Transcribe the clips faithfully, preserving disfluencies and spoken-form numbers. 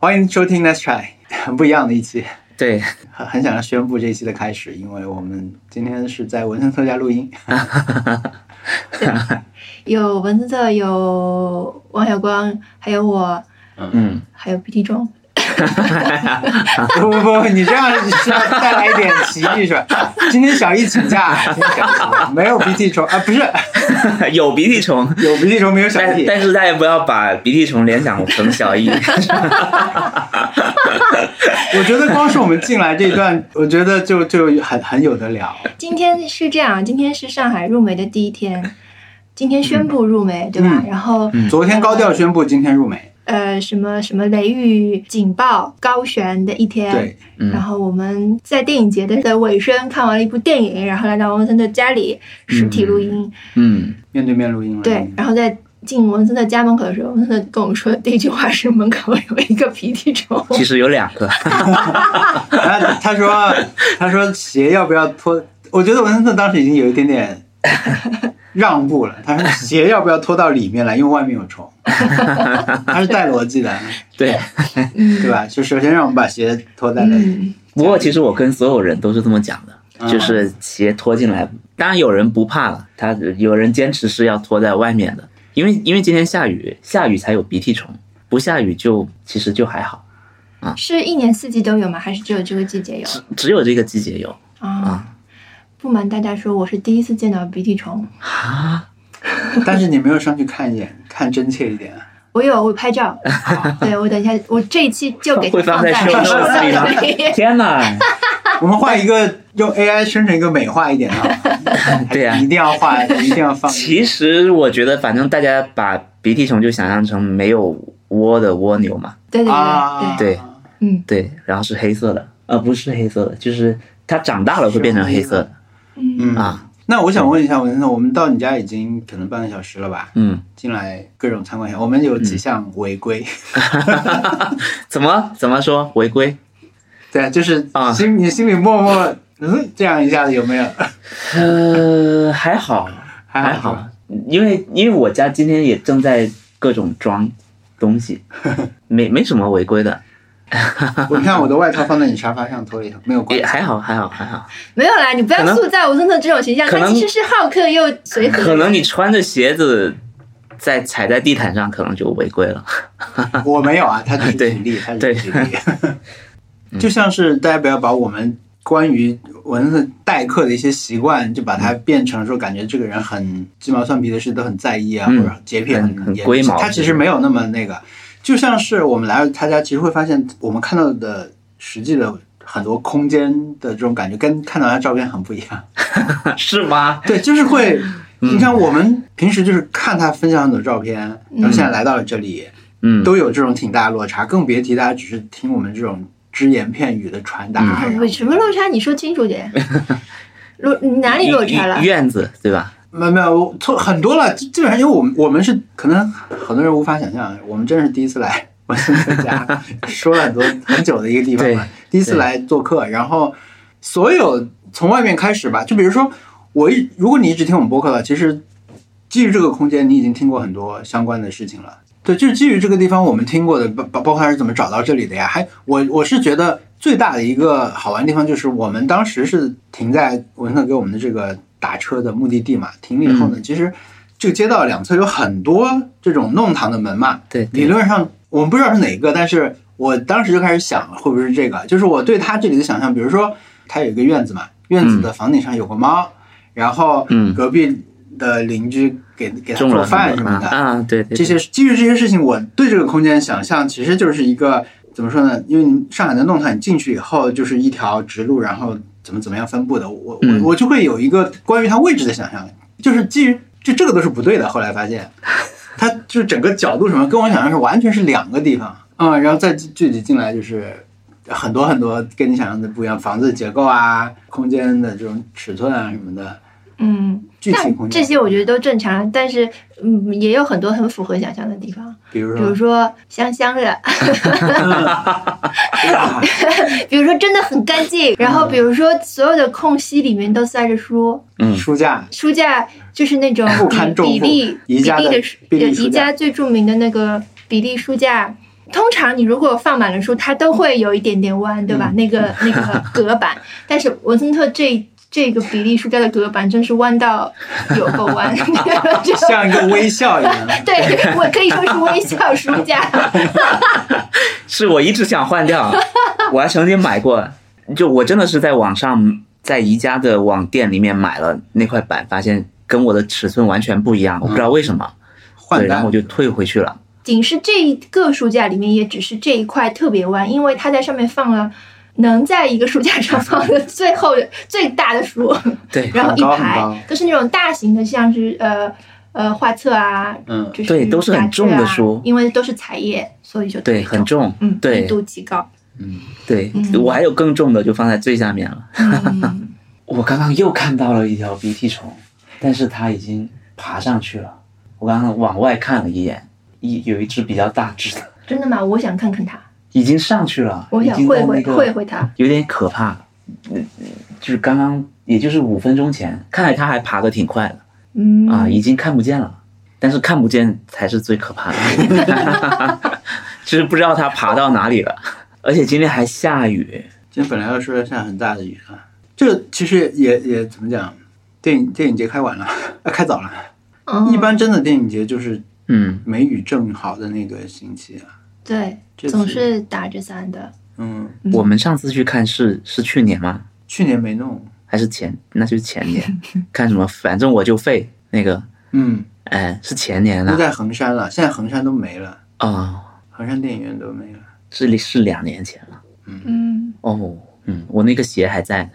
欢迎收听 Let's Try， 很不一样的一期。 对， 很想要宣布这一期的开始，因为我们今天是在文森特家录音。 有文森特，有王小光，还有我， 嗯， 还有 B T 钟。 不不不，你这样是要带来一点奇遇是吧？今天小易请假，今天小易没有鼻涕虫啊，不是有鼻涕虫， 有鼻涕虫没有小易， 但但是大家不要把鼻涕虫联想成小易。 我觉得光是我们进来这一段，我觉得就就很很有得聊。 今天是这样，今天是上海入媒的第一天，今天宣布入媒，嗯、对吧？嗯、然后、 嗯、昨天高调宣布，今天入媒。 呃，什么什么雷雨警报高悬的一天， 对， 嗯、然后我们在电影节的尾声看完了一部电影，然后来到文森特家里实体录音， 嗯， 面对面录音了。 对，然后在进文森特家门口的时候，文森特跟我们说的第一句话是门口有一个鼻涕虫， 其实有两个。 他他说他说鞋要不要脱？我觉得文森特当时已经有一点点让步了，他说鞋要不要拖到里面来，因为外面有虫。他是带逻辑的， 对对吧？就首先让我们把鞋拖在了。 嗯、 不过其实我跟所有人都是这么讲的，嗯、就是鞋拖进来。当然有人不怕了，他有人坚持是要拖在外面的，因为因为今天下雨，下雨才有鼻涕虫，不下雨就其实就还好。啊， 是一年四季都有吗？还是只有这个季节有？ 只只有这个季节有啊。啊不瞒大家说，我是第一次见到鼻涕虫啊。 但是你没有上去看一眼，看真切一点。 我有，我拍照。对，我等一下，我这一期就给会放在 show notes 里吗？天哪！ 我们画一个用 A I 生成一个美化一点的。 对呀、啊， 一定要画，一定要放。 其实我觉得，反正大家把鼻涕虫就想象成没有窝的蜗牛嘛。 对对对、 啊、 对， 嗯对，然后是黑色的，呃，不是黑色的，就是它长大了会变成黑色的。 嗯啊。那我想问一下文森特，我们到你家已经可能半个小时了吧？ 嗯， 进来各种参观一下，我们有几项违规。 嗯、怎么怎么说违规？ 对，就是啊，心你心里默默嗯这样一下子有没有？ 呃，还好，还好，还好因为因为我家今天也正在各种装东西，没没什么违规的。 我看我的外套放在你沙发上脱了一下，没有关系， 还好还好还好。 没有啦，你不要塑造文森特这种形象，他其实是好客又随和。 可能你穿着鞋子在踩在地毯上，可能就违规了。 我没有啊，他只是举例，他只是举例。就像是大家不要把我们关于文森特待客的一些习惯，就把它变成说感觉这个人很鸡毛蒜皮的事都很在意啊， 嗯、 或者洁癖很很龟毛。 他其实没有那么那个。就像是我们来到他家，其实会发现我们看到的实际的很多空间的这种感觉，跟看到他照片很不一样， 是吗？ 对，就是会，嗯、你看我们平时就是看他分享很多照片，然后现在来到了这里， 嗯， 都有这种挺大的落差，更别提大家只是听我们这种只言片语的传达。 嗯、什么落差？你说清楚点。落哪里落差了？ 院子对吧？ 没有没有，错很多了。基本上，因为我们我们是可能很多人无法想象，我们真是第一次来文森特家，说了很多很久的一个地方嘛，第一次来做客，然后所有从外面开始吧，就比如说我一如果你一直听我们播客了，其实基于这个空间，你已经听过很多相关的事情了。对，就是基于这个地方我们听过的，包包括他是怎么找到这里的呀？还我我是觉得最大的一个好玩的地方就是我们当时是停在文森特给我们的这个打车的目的地嘛，停了以后呢，嗯、其实这个街道两侧有很多这种弄堂的门嘛。 对， 理论上我们不知道是哪个，但是我当时就开始想，会不会是这个？就是我对他这里的想象，比如说他有一个院子嘛，院子的房顶上有个猫，嗯、然后隔壁的邻居给给他做饭什么的啊，对 对, 对， 这些基于这些事情，我对这个空间想象其实就是一个怎么说呢？因为上海的弄堂，你进去以后就是一条直路，然后怎么怎么样分布的，我我我就会有一个关于它位置的想象，就是基于就这个都是不对的。后来发现，它就是整个角度什么跟我想象是完全是两个地方啊、嗯，然后再具体进来就是很多很多跟你想象的不一样，房子结构啊、空间的这种尺寸啊什么的。 嗯， 具体空间这些我觉得都正常，但是嗯，也有很多很符合想象的地方， 比如说， 比如说香香的，比如说真的很干净，然后比如说所有的空隙里面都塞着书， 嗯，书架， 书架就是那种比比例宜家的比例的宜家最著名的那个比例书架。 通常你如果放满了书，它都会有一点点弯，对吧？ 嗯、 那个那个隔板，但是文森特这这个比利书架的隔板真是弯到有够弯， 像一个微笑一样。 对，我可以说是微笑书架。 是我一直想换掉，我还曾经买过，就我真的是在网上在宜家的网店里面买了那块板，发现跟我的尺寸完全不一样，我不知道为什么， 换、 对，然后我就退回去了。 仅是这一个书架里面，也只是这一块特别弯，因为它在上面放了能在一个书架上放的最后最大的书， 对， 然后一排都是那种大型的，像是呃呃画册啊， 嗯， 就是、啊、 对，都是很重的书， 因为都是彩页，所以就对很重， 嗯， 对， 密度极高， 嗯，对、 嗯、 我还有更重的，就放在最下面了。 嗯、 我刚刚又看到了一条鼻涕虫，但是它已经爬上去了。我刚刚往外看了一眼。一有一只比较大只的， 真的吗？我想看看它， 已经上去了， 我想会会会会它， 有点可怕。嗯，就是刚刚，也就是五分钟前，看来它还爬得挺快的， 嗯啊，已经看不见了，但是看不见才是最可怕的，就是不知道它爬到哪里了，而且今天还下雨， 今天本来要说下很大的雨啊，这个其实也也怎么讲，电影电影节开晚了，啊，开早了， 哦、 一般真的电影节就是。 嗯， 梅雨正好的那个星期啊， 对，总是打着伞的。 嗯， 我们上次去看是是去年吗？ 去年没弄， 还是前？那就是前年。看什么？反正我就废那个。 嗯， 哎，是前年了。 都在衡山了，现在衡山都没了。 哦， 衡山电影院都没了。 这里是两年前了。 嗯。 哦，嗯，我那个鞋还在。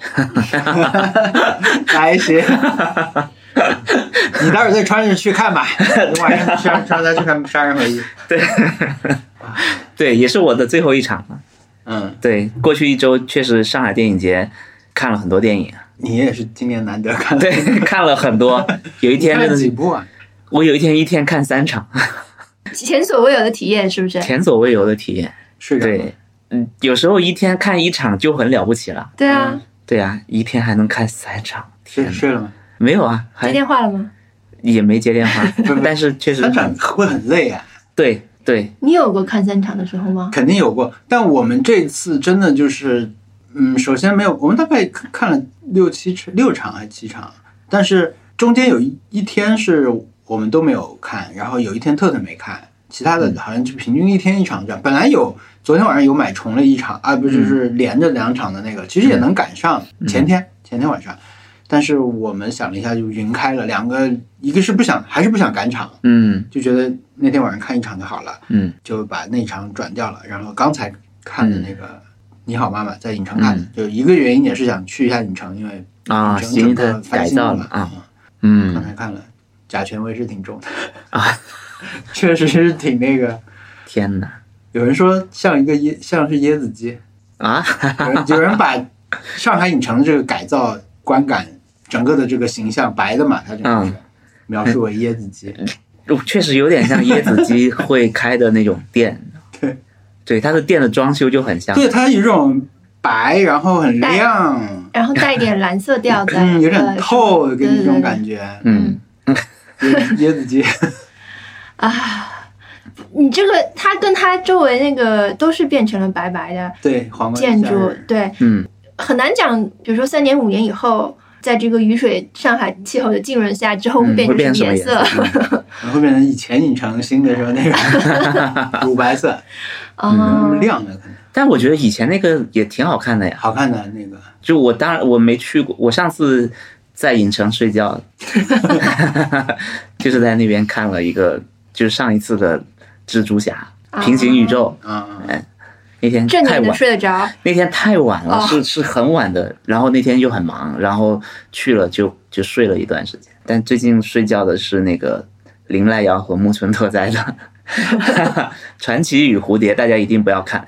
哪一鞋？你待会儿再穿着去看吧，晚上穿穿它去看《杀人回忆》。 对，对，也是我的最后一场。 嗯， 对，过去一周确实上海电影节看了很多电影。 你也是今年难得看了。 对，看了很多。有一天看了几部啊？ 我有一天一天看三场， 前所未有的体验，是不是？ 前所未有的体验。 是的。 对，嗯，有时候一天看一场就很了不起了。 对啊。 嗯、对啊，一天还能看三场。 睡睡了吗？ 没有啊， 接电话了吗？ 也没接电话，但是确实三场会很累啊。 对对， 你有过看三场的时候吗？ 肯定有过，但我们这次真的就是，嗯，首先没有，我们大概看了六七场，六场还是七场，但是中间有一一天是我们都没有看，然后有一天特特没看，其他的好像就平均一天一场这样。本来有昨天晚上有买重了一场啊，不就是连着两场的那个，其实也能赶上前天前天晚上。但是我们想了一下，就云开了两个，一个是不想，还是不想赶场， 嗯， 就觉得那天晚上看一场就好了， 嗯， 就把那场转掉了。然后刚才看的那个《你好妈妈》在影城看的，嗯、就一个原因也是想去一下影城，因为啊， 整个改造了啊， 嗯，刚才看了，甲醛味是挺重的啊， 确实是挺那个。 天哪！ 有人说像一个椰，像是椰子鸡啊， 有人有人把上海影城的这个改造观感。整个的这个形象白的嘛，它就是、嗯、描述为椰子鸡， 确实有点像椰子鸡会开的那种店。 对， 对，它的店的装修就很像。 对，它有这种白，然后很亮， 然后带一点蓝色调在， 嗯，有点透，给你这种感觉。 嗯， 椰子鸡啊，你这个它跟它周围那个都是变成了白白的， 对，皇冠建筑，对， 嗯， 很难讲，比如说三年五年以后。在这个雨水上海气候的浸润下之后会变成什么颜色？ 嗯、会变成以前影城新的时候那个乳白色， 哦、 嗯，亮的可能。 但我觉得以前那个也挺好看的呀， 好看的那个。 就我当然我没去过，我上次在影城睡觉，就是在那边看了一个，就是上一次的蜘蛛侠、哦、平行宇宙， 啊、 嗯，哎。那天这太晚， 睡得着？ 那天太晚了， 哦、 是是很晚的。然后那天又很忙，然后去了就就睡了一段时间。但最近睡觉的是那个林濑遥和木村拓哉的《传奇与蝴蝶》，大家一定不要看，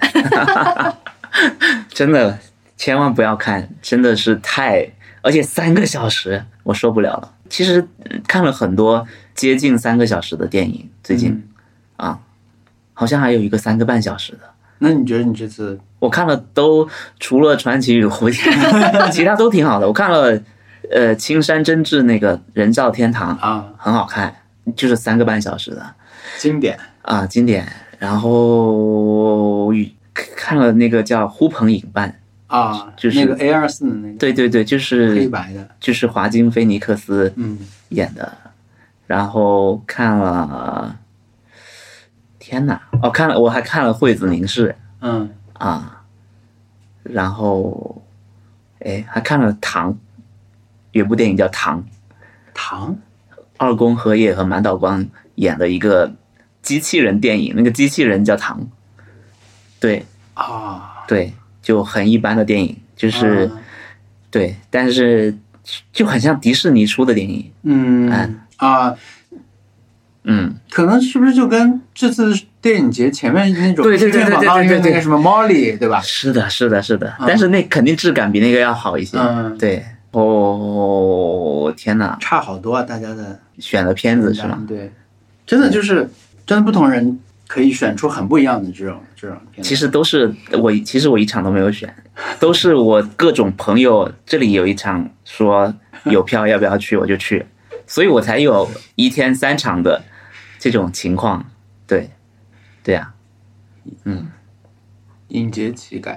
真的千万不要看，真的是太，而且三个小时我受不了了。其实看了很多接近三个小时的电影，最近、嗯、啊，好像还有一个三个半小时的。 那你觉得你这次我看了都除了传奇与蝴蝶其他都挺好的。我看了呃青山真治那个人造天堂啊， 很好看，就是三个半小时的经典啊经典。 然后看了那个叫《呼朋引伴》 啊， 就是那个 A 二四的那个， 对对对，就是黑白的， 就是华金菲尼克斯嗯演的。然后看了，天哪，哦，看了，我还看了《惠子凝视》 嗯啊，然后，哎，还看了《唐》，有部电影叫《唐》， 唐二宫和也和满岛光演的一个机器人电影，那个机器人叫唐，对啊， 对，就很一般的电影，就是、 啊对，但是就很像迪士尼出的电影， 嗯嗯啊， 嗯， 可能是不是就跟这次电影节前面那种对对对对对对对广告里面那个什么 Molly 对吧？ 是的，是的，是的， 嗯但是那肯定质感比那个要好一些， 嗯， 对，哦，天哪， 差好多啊，大家的选的片子是吗？ 对，真的就是真的不同人可以选出很不一样的这种这种片子。 其实都是我，其实我一场都没有选，都是我各种朋友，这里有一场说有票要不要去，我就去，所以我才有一天三场的这种情况。对，对啊，嗯， 影节乞丐，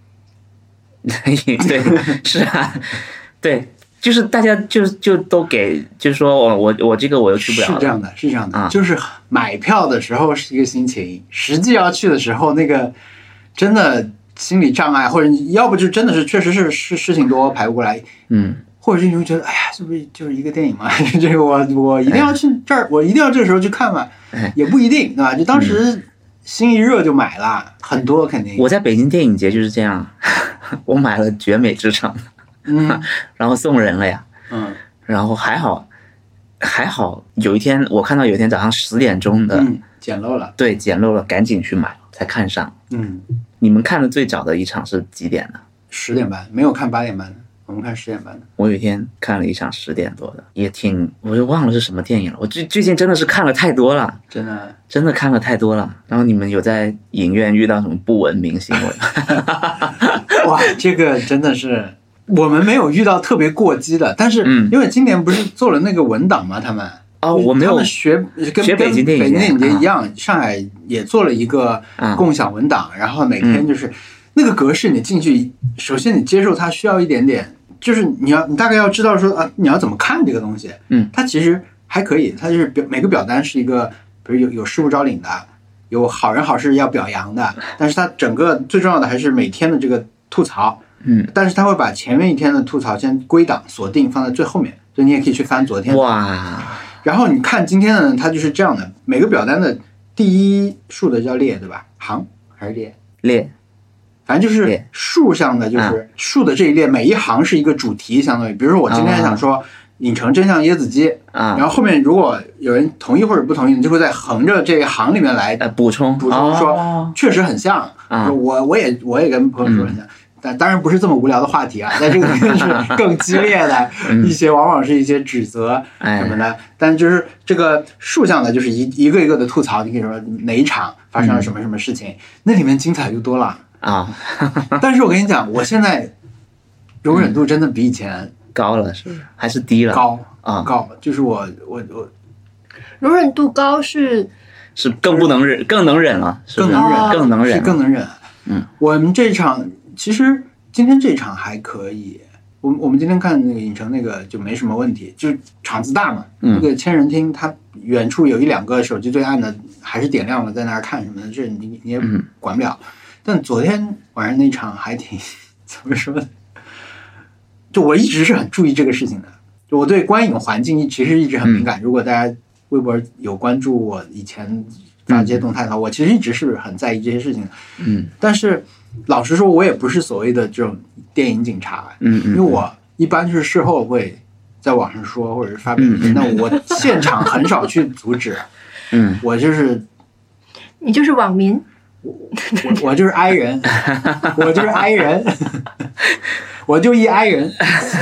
对，是啊，对，就是大家就就都给，就是说我我我这个我又去不了了， 是这样的，是这样的， 啊就是买票的时候是一个心情，实际要去的时候，那个真的心理障碍，或者要不就真的是确实是是事情多排不过来， 嗯， 或者是你会觉得，哎呀，这不是就是一个电影吗？这个我我一定要去这儿，我一定要这个时候去看嘛， 哎也不一定，对吧？就当时心一热就买了，很多肯定。 我在北京电影节就是这样，我买了《绝美之城》， 嗯然后送人了呀。 嗯然后还好，还好有一天我看到有一天早上十点钟的， 嗯，捡漏了， 对，捡漏了，赶紧去买才看上。 嗯， 你们看的最早的一场是几点的？ 十点半没有看八点半的，我们看十点半的。 我有一天看了一场十点多的，也挺，我就忘了是什么电影了。我最最近真的是看了太多了， 真的， 真的看了太多了。然后你们有在影院遇到什么不文明行为吗？ 哇，这个真的是我们没有遇到特别过激的，但是嗯因为今年不是做了那个文档吗？他们哦，我没有他们学跟学北京电影节跟北京电影节一样，上海也做了一个啊共享文档，然后每天就是、那个格式，你进去，首先你接受它需要一点点，就是你要你大概要知道说啊，你要怎么看这个东西， 嗯， 它其实还可以，它就是表每个表单是一个，比如有有失物招领的，有好人好事要表扬的，但是它整个最重要的还是每天的这个吐槽。 嗯， 但是他会把前面一天的吐槽先归档锁定放在最后面，所以你也可以去翻昨天的。 哇， 然后你看今天的呢，它就是这样的，每个表单的第一竖的叫列，对吧？行还是列？ 列， 反正就是列竖上的，就是竖的这一列，每一行是一个主题，相当于，比如说我今天想说影城真相椰子鸡啊， 然后后面如果有人同意或者不同意，你就会在横着这个行里面来呃补充补充说哦确实很像。 啊我我也我也跟朋友说很像。但当然不是这么无聊的话题啊，在这个里面是更激烈的一些，往往是一些指责什么的。但就是这个竖向的，就是一一个一个的吐槽，你可以说哪一场发生了什么什么事情，那里面精彩就多了啊。 但是我跟你讲，我现在容忍度真的比以前高了，是不是？还是低了？ 高啊， 高，就是我我我容忍度高是是更不能忍，更能忍了，是不是更能忍， 更能忍， 是更能忍。 嗯， 我们这场。其实今天这场还可以，我我们今天看那个影城那个就没什么问题，就是场子大嘛， 嗯、 那个千人厅，它远处有一两个手机最暗的还是点亮了，在那儿看什么的，这你你也管不了。嗯、但昨天晚上那场还挺怎么说呢？就我一直是很注意这个事情的，就我对观影环境其实一直很敏感。嗯、如果大家微博有关注我以前发这些动态的话，嗯、我其实一直是很在意这些事情的。 嗯， 但是。老实说，我也不是所谓的这种电影警察， 嗯嗯， 因为我一般就是事后会在网上说，或者是发表意见，那、嗯、我现场很少去阻止， 嗯， 我就是你就是网民， 我我我就是 I 人，我就是 I 人，我就一 I 人，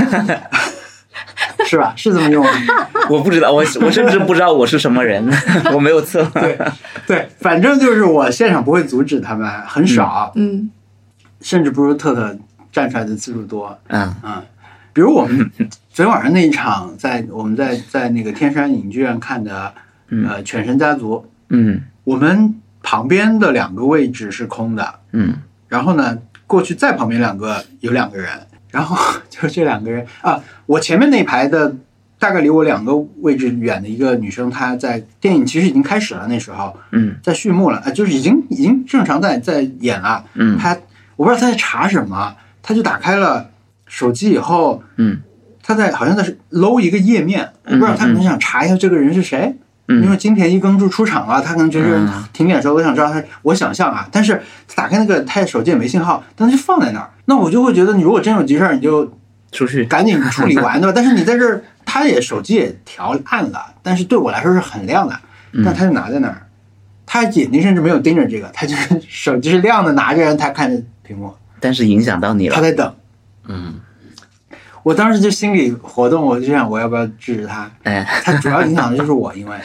是吧？是这么用吗？ 我不知道，我我甚至不知道我是什么人，我没有测。 对对，反正就是我现场不会阻止他们，很少， 嗯， 甚至不如特特站出来的次数多， 嗯嗯，比如我们昨天晚上那一场在，在我们在在那个天山影剧院看的，呃，《犬神家族》， 嗯， 我们旁边的两个位置是空的， 嗯， 然后呢，过去再旁边两个有两个人，然后就这两个人啊，我前面那排的大概离我两个位置远的一个女生，她在电影其实已经开始了，那时候， 嗯， 在序幕了，啊，就是已经已经正常在在演了， 嗯， 她我不知道她在查什么，她就打开了手机以后， 嗯， 她在好像在搂一个页面，我不知道她可能想查一下这个人是谁。 嗯， 因为金田一耕助出场了，他可能觉得人挺脸熟，我想知道他，我想象啊，但是打开那个他手机也没信号，但是就放在那儿，那我就会觉得，你如果真有急事儿，你就出去赶紧处理完，对吧？但是你在这儿，他也手机也调暗了，但是对我来说是很亮的，但他就拿在那儿，他眼睛甚至没有盯着这个，他就是手机是亮的，拿着，他看着屏幕， 但是影响到你了， 他在等， 嗯。 我当时就心理活动，我就想我要不要制止他？ 哎， 他主要影响的就是我，因为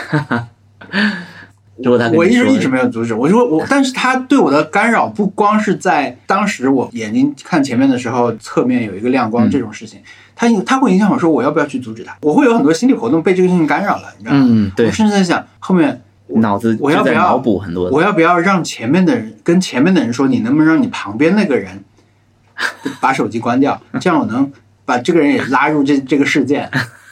如果他跟你说我一直一直没有阻止，我说我，但是他对我的干扰不光是在当时我眼睛看前面的时候，侧面有一个亮光这种事情，他他会影响我说我要不要去阻止他，我会有很多心理活动被这个事情干扰了，你知道吗？ 嗯，对， 我甚至在想后面脑子我要不要脑补很多， 我要不要让前面的人跟前面的人说，你能不能让你旁边那个人把手机关掉，这样我能把这个人也拉入这这个事件。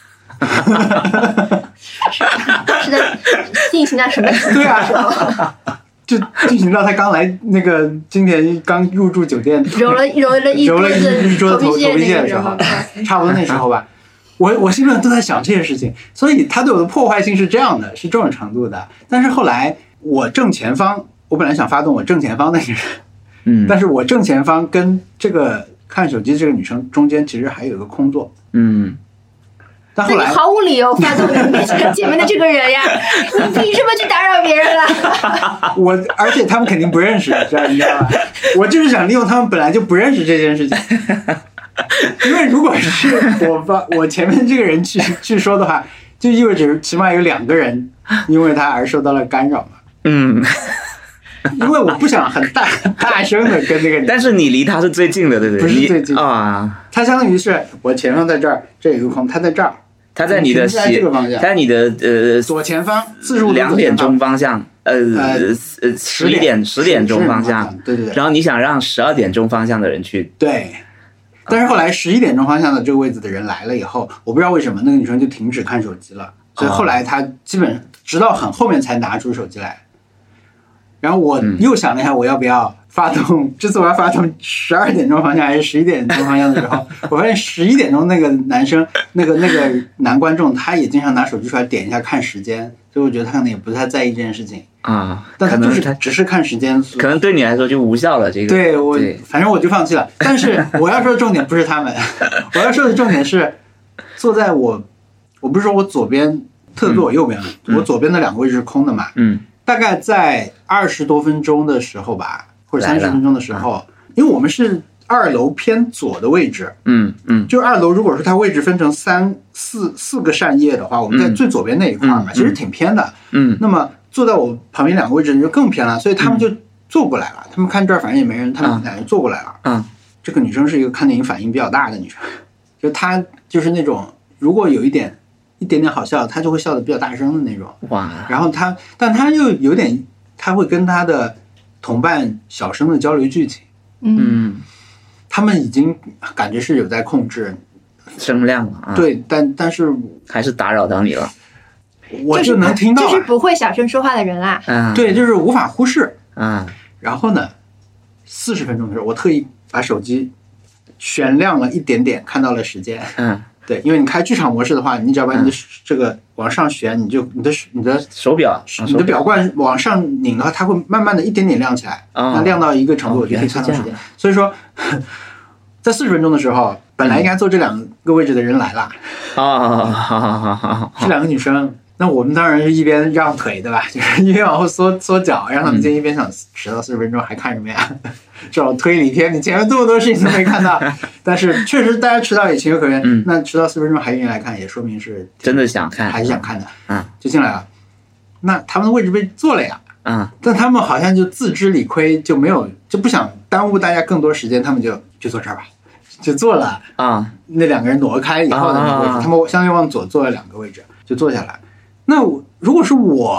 是在进行到什么程度？ 对啊，就进行到他刚来那个金田一刚入住酒店， 揉了揉了一揉了一桌头头皮屑的时候， 候，差不多那时候吧。我我心里都在想这件事情，所以他对我的破坏性是这样的，是这种程度的。但是后来我正前方，我本来想发动我正前方那个人， 嗯， 但是我正前方跟这个看手机这个女生中间其实还有一个空座， 嗯， 但后来你毫无理由发动你前面的这个人呀，你凭什么去打扰别人了？ 我而且他们肯定不认识，知道你知道吧？我就是想利用他们本来就不认识这件事情，因为如果是我发我前面这个人去去说的话，就意味着起码有两个人因为他而受到了干扰嘛。 嗯。 因为我不想很大大声的跟这个人， 但是你离他是最近的，对不对？ 不是最近啊， 他相当于是我前方在这儿，这有一个空，他在这儿， 他在你的斜，他在你的呃左前方四十五度两点钟方向，呃呃十一点十点钟方向， 对对对。 然后你想让十二点钟方向的人去， 对。但是后来十一点钟方向的这个位置的人来了以后，我不知道为什么那个女生就停止看手机了，所以后来她基本直到很后面才拿出手机来。然后我又想了一下，我要不要发动？嗯、这次我要发动十二点钟方向还是十一点钟方向的时候，我发现十一点钟那个男生，那个那个男观众，他也经常拿手机出来点一下看时间，所以我觉得他可能也不太在意这件事情啊。 但他就是他只是看时间， 可能对你来说就无效了。这个对我，反正我就放弃了。但是我要说的重点不是他们，我要说的重点是坐在我，我不是说我左边特坐我右边了，嗯、我左边的两个位置是空的嘛， 嗯。 大概在二十多分钟的时候吧，或者三十分钟的时候，因为我们是二楼偏左的位置， 嗯嗯， 就二楼如果说它位置分成三四四个扇叶的话，我们在最左边那一块嘛， 嗯、 其实挺偏的， 嗯， 那么坐在我旁边两个位置就更偏了，所以他们就坐过来了，嗯、他们看这儿反正也没人，他们两个坐过来了， 嗯， 这个女生是一个看电影反应比较大的女生，就她就是那种如果有一点。一点点好笑，他就会笑得比较大声的那种。 哇！ 然后他，但他又有点，他会跟他的同伴小声的交流剧情。 嗯， 他们已经感觉是有在控制声量了、啊。 对，但但是还是打扰到你了， 我就能听到、啊， 就是不会小声说话的人啦。 嗯， 对，就是无法忽视。 嗯， 然后呢，四十分钟的时候，我特意把手机选亮了一点点，看到了时间。 嗯。 对，因为你开剧场模式的话，你只要把你的这个往上旋，你就你的你的手表， 你的表冠往上拧的话，它会慢慢的一点点亮起来， 哦、 那亮到一个程度，我就可以看到时间。所以说，在四十分钟的时候，本来应该坐这两个位置的人来了， 啊，好好好好， 是两个女生。那我们当然是一边让腿，对吧？就是一边往后缩缩脚，让他们进一边想迟到四十分钟还看什么呀？这种推理片，你前面这么多事情都没看到，但是确实大家迟到也情有可原。 嗯， 那迟到四十分钟还愿意来看，也说明是真的想看， 还是想看的。 嗯， 就进来了。那他们的位置被坐了呀。 嗯， 但他们好像就自知理亏，就没有就不想耽误大家更多时间，他们就就坐这儿吧，就坐了。 啊、嗯， 那两个人挪开以后的那个位置， 啊、 他们相当于往左坐了两个位置，就坐下来。那我如果是我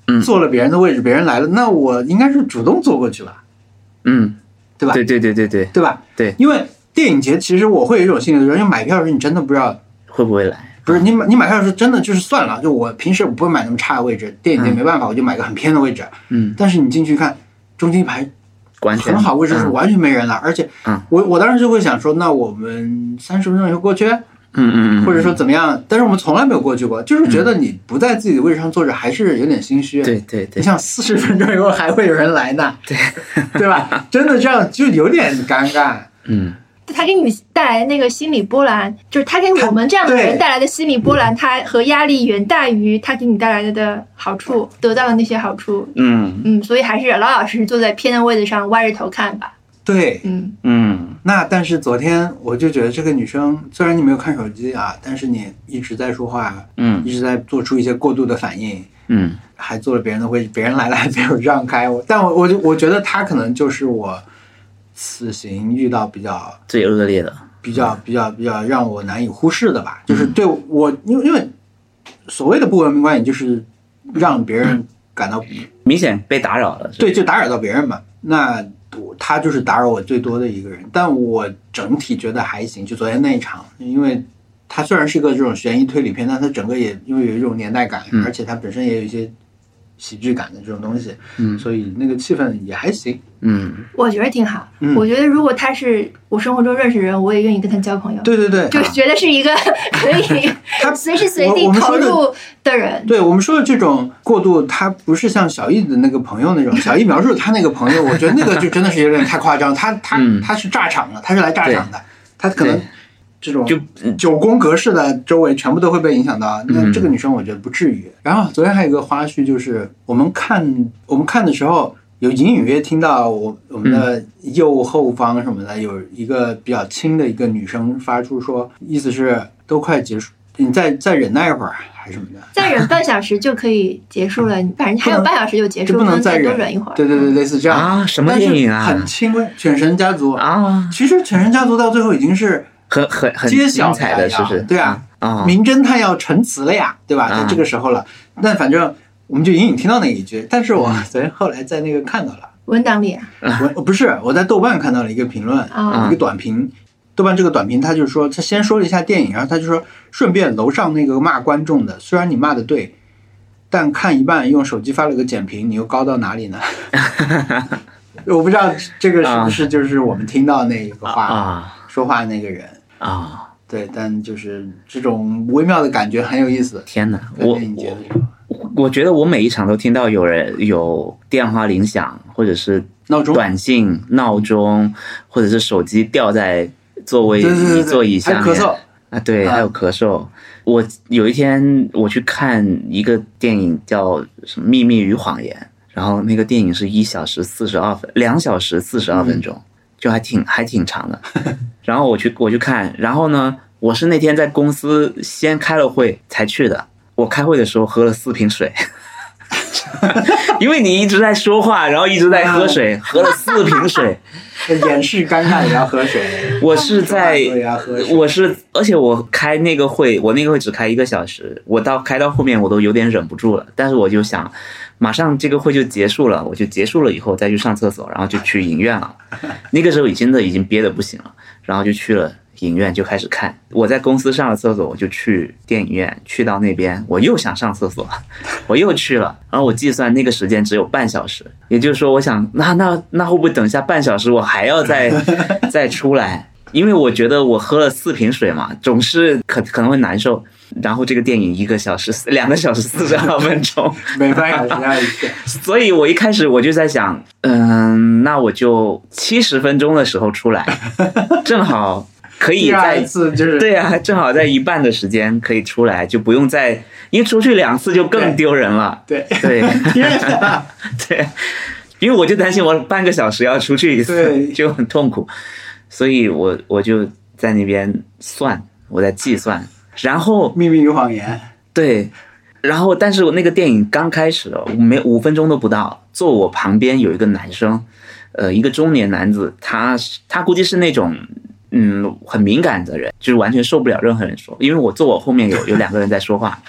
嗯坐了别人的位置，别人来了，那我应该是主动坐过去吧， 嗯， 对吧？ 对对对对对对吧？ 对， 因为电影节其实我会有一种心理，因为买票的时候你真的不知道会不会来？ 不是你买你买票的时候真的就是算了，就我平时不会买那么差的位置，电影节没办法，我就买个很偏的位置。 嗯， 但是你进去看，中间一排完全很好位置是完全没人了，而且嗯我我当时就会想说，那我们三十分钟以后过去， 嗯嗯嗯， 或者说怎么样？但是我们从来没有过去过，就是觉得你不在自己的位置上坐着，还是有点心虚。 对对对， 你想四十分钟以后还会有人来呢， 对对吧？真的这样就有点尴尬。 嗯。 他给你带来的那个心理波澜，就是他给我们这样的人带来的心理波澜，他和压力远大于他给你带来的好处，得到的那些好处。 嗯嗯，所以还是老老实实坐在偏的位置上，歪着头看吧。 对， 嗯嗯， 那但是昨天我就觉得这个女生，虽然你没有看手机啊，但是你一直在说话， 嗯一直在做出一些过度的反应， 嗯， 还坐了别人的位置，别人来了还没有让开我，但我我就我觉得她可能就是我此行遇到比较最恶劣的， 比较比较比较让我难以忽视的吧，就是对我，因为因为所谓的不文明观点就是让别人感到明显被打扰了。 对，就打扰到别人嘛。那他就是打扰我最多的一个人，但我整体觉得还行。就昨天那一场，因为它虽然是一个这种悬疑推理片，但它整个也因为有一种年代感， 嗯、 而且它本身也有一些喜剧感的这种东西， 嗯， 所以那个气氛也还行。 嗯， 我觉得挺好。 嗯、 我觉得如果他是我生活中认识的人，我也愿意跟他交朋友。 对对对， 就觉得是一个可以随时随地投入的人。 对我们说的这种过度，他不是像小易的那个朋友那种。小易描述他那个朋友，我觉得那个就真的是有点太夸张。他他、 嗯、 他是炸场的，他是来炸场的，他可能这种就九宫格式的周围全部都会被影响到。那这个女生我觉得不至于。然后昨天还有一个花絮，就是我们看我们看的时候。有隐隐约听到我我们的右后方什么的、嗯、有一个比较轻的一个女生发出说，意思是都快结束，你再再忍耐一会儿还是什么的， 再忍半小时就可以结束了，反正还有半小时就结束， 不能再多忍一会儿。 对对对，类似这样啊，什么电影啊？ 很轻微，犬神家族啊。 其实犬神家族到最后已经是很很很揭晓彩的，是不是？ 对啊， 啊， 名侦探要陈词了呀，对吧？在这个时候了，但反正我们就隐隐听到那一句，但是我昨天后来在那个看到了。 文档里啊， 我不是我在豆瓣看到了一个评论， 啊、 一个短评。豆瓣这个短评，他就说他先说了一下电影，然后他就说顺便楼上那个骂观众的，虽然你骂的对，但看一半用手机发了个简评，你又高到哪里呢？我不知道这个是不是就是我们听到那个话、 啊、 说话那个人啊？ 对，但就是这种微妙的感觉很有意思。 天哪，我我我觉得我每一场都听到有人有电话铃响，或者是闹钟、 短信、闹钟，或者是手机掉在座位座椅下面， 还有咳嗽啊，对，还有咳嗽。我有一天我去看一个电影叫什么《秘密与谎言》，然后那个电影是一小时四十二分，两小时四十二分钟，嗯、就还挺还挺长的。然后我去我去看，然后呢，我是那天在公司先开了会才去的。我开会的时候喝了四瓶水，因为你一直在说话，然后一直在喝水，喝了四瓶水， 掩饰尴尬也要喝水。 我是在，我是，而且我开那个会，我那个会只开一个小时，我到开到后面我都有点忍不住了，但是我就想，马上这个会就结束了，我就结束了以后再去上厕所，然后就去影院了。那个时候已经的已经憋得不行了，然后就去了。影院就开始看，我在公司上了厕所，我就去电影院，去到那边我又想上厕所，我又去了，然后我计算那个时间只有半小时，也就是说我想那那那会不会等一下半小时我还要再再出来，因为我觉得我喝了四瓶水嘛，总是可可能会难受，然后这个电影一个小时两个小时四十二分钟， 每半小时要一次， 所以我一开始我就在想，嗯，那我就七十分钟的时候出来，正好。可以在次就是对啊，正好在一半的时间可以出来，就不用再因为出去两次就更丢人了。 对对对，因为我就担心我半个小时要出去一次就很痛苦，所以我我就在那边算，我在计算，然后秘密与谎言对，然后但是我那个电影刚开始了，没五分钟都不到，坐我旁边有一个男生，呃，一个中年男子，他他估计是那种。嗯，很敏感的人，就是完全受不了任何人说，因为我坐我后面有有两个人在说话，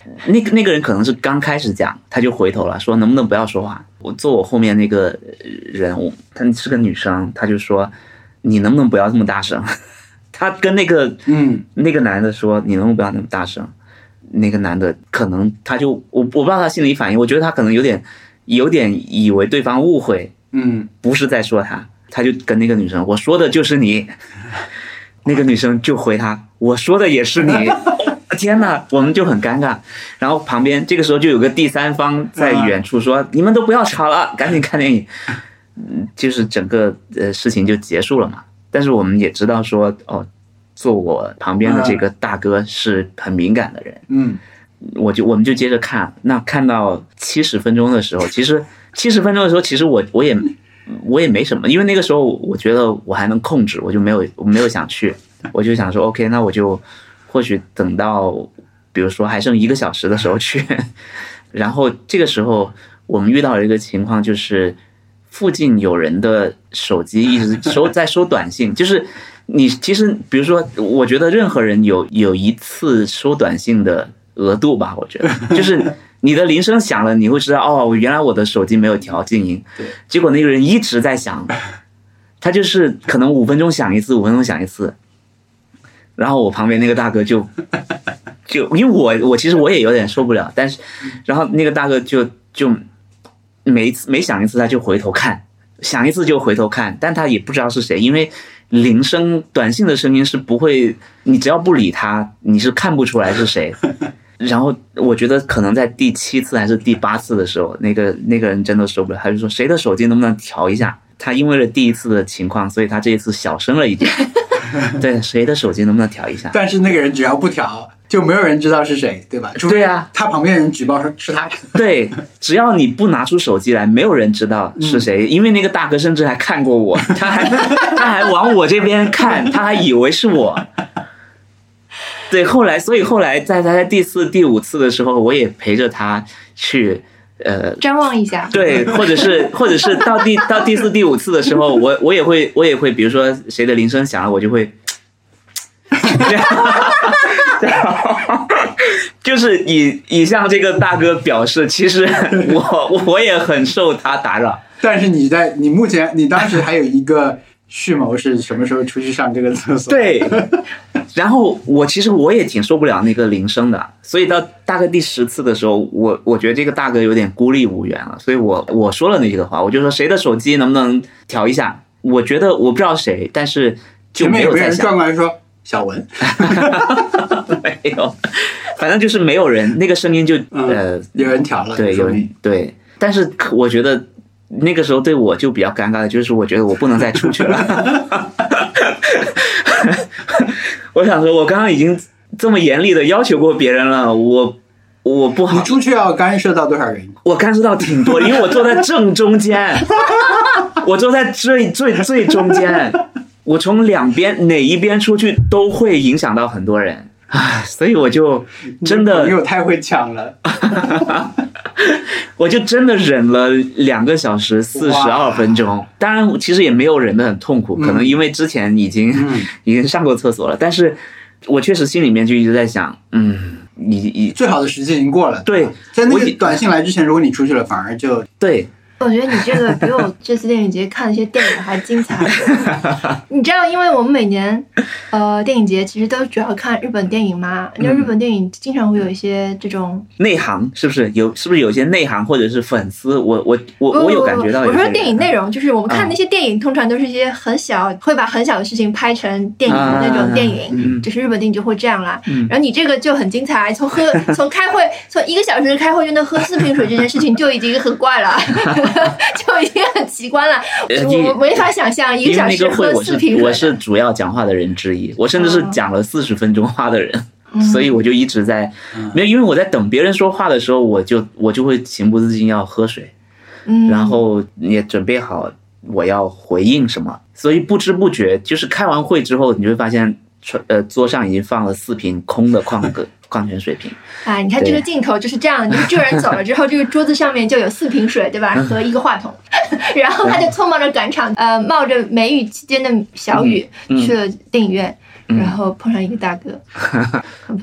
那个那个人可能是刚开始讲，他就回头了，说能不能不要说话。我坐我后面那个人，她是个女生，她就说你能不能不要这么大声。她跟那个嗯那个男的说你能不能不要那么大声。那个男的可能他就我我不知道他心理反应，我觉得他可能有点有点以为对方误会， 嗯， 不是在说他，他就跟那个女生我说的就是你。那个女生就回他我说的也是你。天哪，我们就很尴尬。然后旁边这个时候就有个第三方在远处说、啊、你们都不要吵了，赶紧看电影。嗯，就是整个呃事情就结束了嘛。但是我们也知道说哦，坐我旁边的这个大哥是很敏感的人。 嗯， 我就我们就接着看。那看到七十分钟的时候，其实七十分钟的时候，其实我我也我也没什么，因为那个时候我觉得我还能控制，我就没有我没有想去，我就想说 OK， 那我就或许等到比如说还剩一个小时的时候去。然后这个时候我们遇到了一个情况，就是附近有人的手机一直收在收短信，就是你其实比如说我觉得任何人有有一次收短信的额度吧，我觉得就是你的铃声响了，你会知道哦，原来我的手机没有调静音，结果那个人一直在响，他就是可能五分钟响一次，五分钟响一次。然后我旁边那个大哥就就因为我我其实我也有点受不了，但是然后那个大哥就就每一次每响一次他就回头看，响一次就回头看，但他也不知道是谁，因为铃声短信的声音是不会，你只要不理他你是看不出来是谁。然后我觉得可能在第七次还是第八次的时候，那个那个人真的受不了，他就说谁的手机能不能调一下。他因为了第一次的情况，所以他这一次小声了一点。对，谁的手机能不能调一下？ 但是那个人只要不调，就没有人知道是谁，对吧？ 对啊， 他旁边人举报说是他。 对，只要你不拿出手机来，没有人知道是谁，嗯、因为那个大哥甚至还看过我，他还他还往我这边看，他还以为是我。对，后来，所以后来在他在第四、第五次的时候，我也陪着他去。呃， 张望一下， 对，或者是或者是到第到第四第五次的时候，我我也会我也会，比如说谁的铃声响了，我就会，就是以以向这个大哥表示，其实我我也很受他打扰。 但是你在你目前你当时还有一个蓄谋是什么时候出去上这个厕所？ 对。然后我其实我也挺受不了那个铃声的，所以到大概第十次的时候，我我觉得这个大哥有点孤立无援了，所以我我说了那个话，我就说谁的手机能不能调一下？我觉得我不知道谁，但是就没有在想。前面有人转过来说小文， 没有，反正就是没有人，那个声音就、嗯、呃有人调了， 对，有人对，但是我觉得那个时候对我就比较尴尬的，就是我觉得我不能再出去了。我想说，我刚刚已经这么严厉的要求过别人了，我我不好。 你出去要干涉到多少人？ 我干涉到挺多，因为我坐在正中间，我坐在最最最中间，我从两边哪一边出去都会影响到很多人，唉，所以我就真的朋友太会抢了。 我就真的忍了两个小时四十二分钟，当然其实也没有忍得很痛苦，可能因为之前已经、嗯、已经上过厕所了，但是我确实心里面就一直在想，嗯，你你最好的时机已经过了， 对， 在那个短信来之前，如果你出去了，反而就对。 我觉得你这个比我这次电影节看的一些电影还精彩。你知道，因为我们每年呃电影节其实都主要看日本电影嘛，因为日本电影经常会有一些这种内行，是不是有？是不是有些内行或者是粉丝？我我我我有感觉到有。 我说电影内容，就是我们看那些电影，嗯、通常都是一些很小，会把很小的事情拍成电影的那种电影，嗯、就是日本电影就会这样啦。嗯、然后你这个就很精彩，从喝从开会从一个小时开会就能喝四瓶水这件事情就已经很怪了。就已经很奇观了，我没法想象一个小时喝四瓶水。 我是主要讲话的人之一，我甚至是讲了四十分钟话的人，嗯、所以我就一直在没有，因为我在等别人说话的时候，我就我就会情不自禁要喝水，嗯，然后也准备好我要回应什么，所以不知不觉就是开完会之后，你就会发现，呃，桌上已经放了四瓶空的矿格。矿泉水瓶啊，你看这个镜头就是这样，就是这个人走了之后，这个桌子上面就有四瓶水，对吧？和一个话筒，然后他就匆忙着赶场，呃，冒着梅雨期间的小雨、嗯、去了电影院，嗯、然后碰上一个大哥，很不错。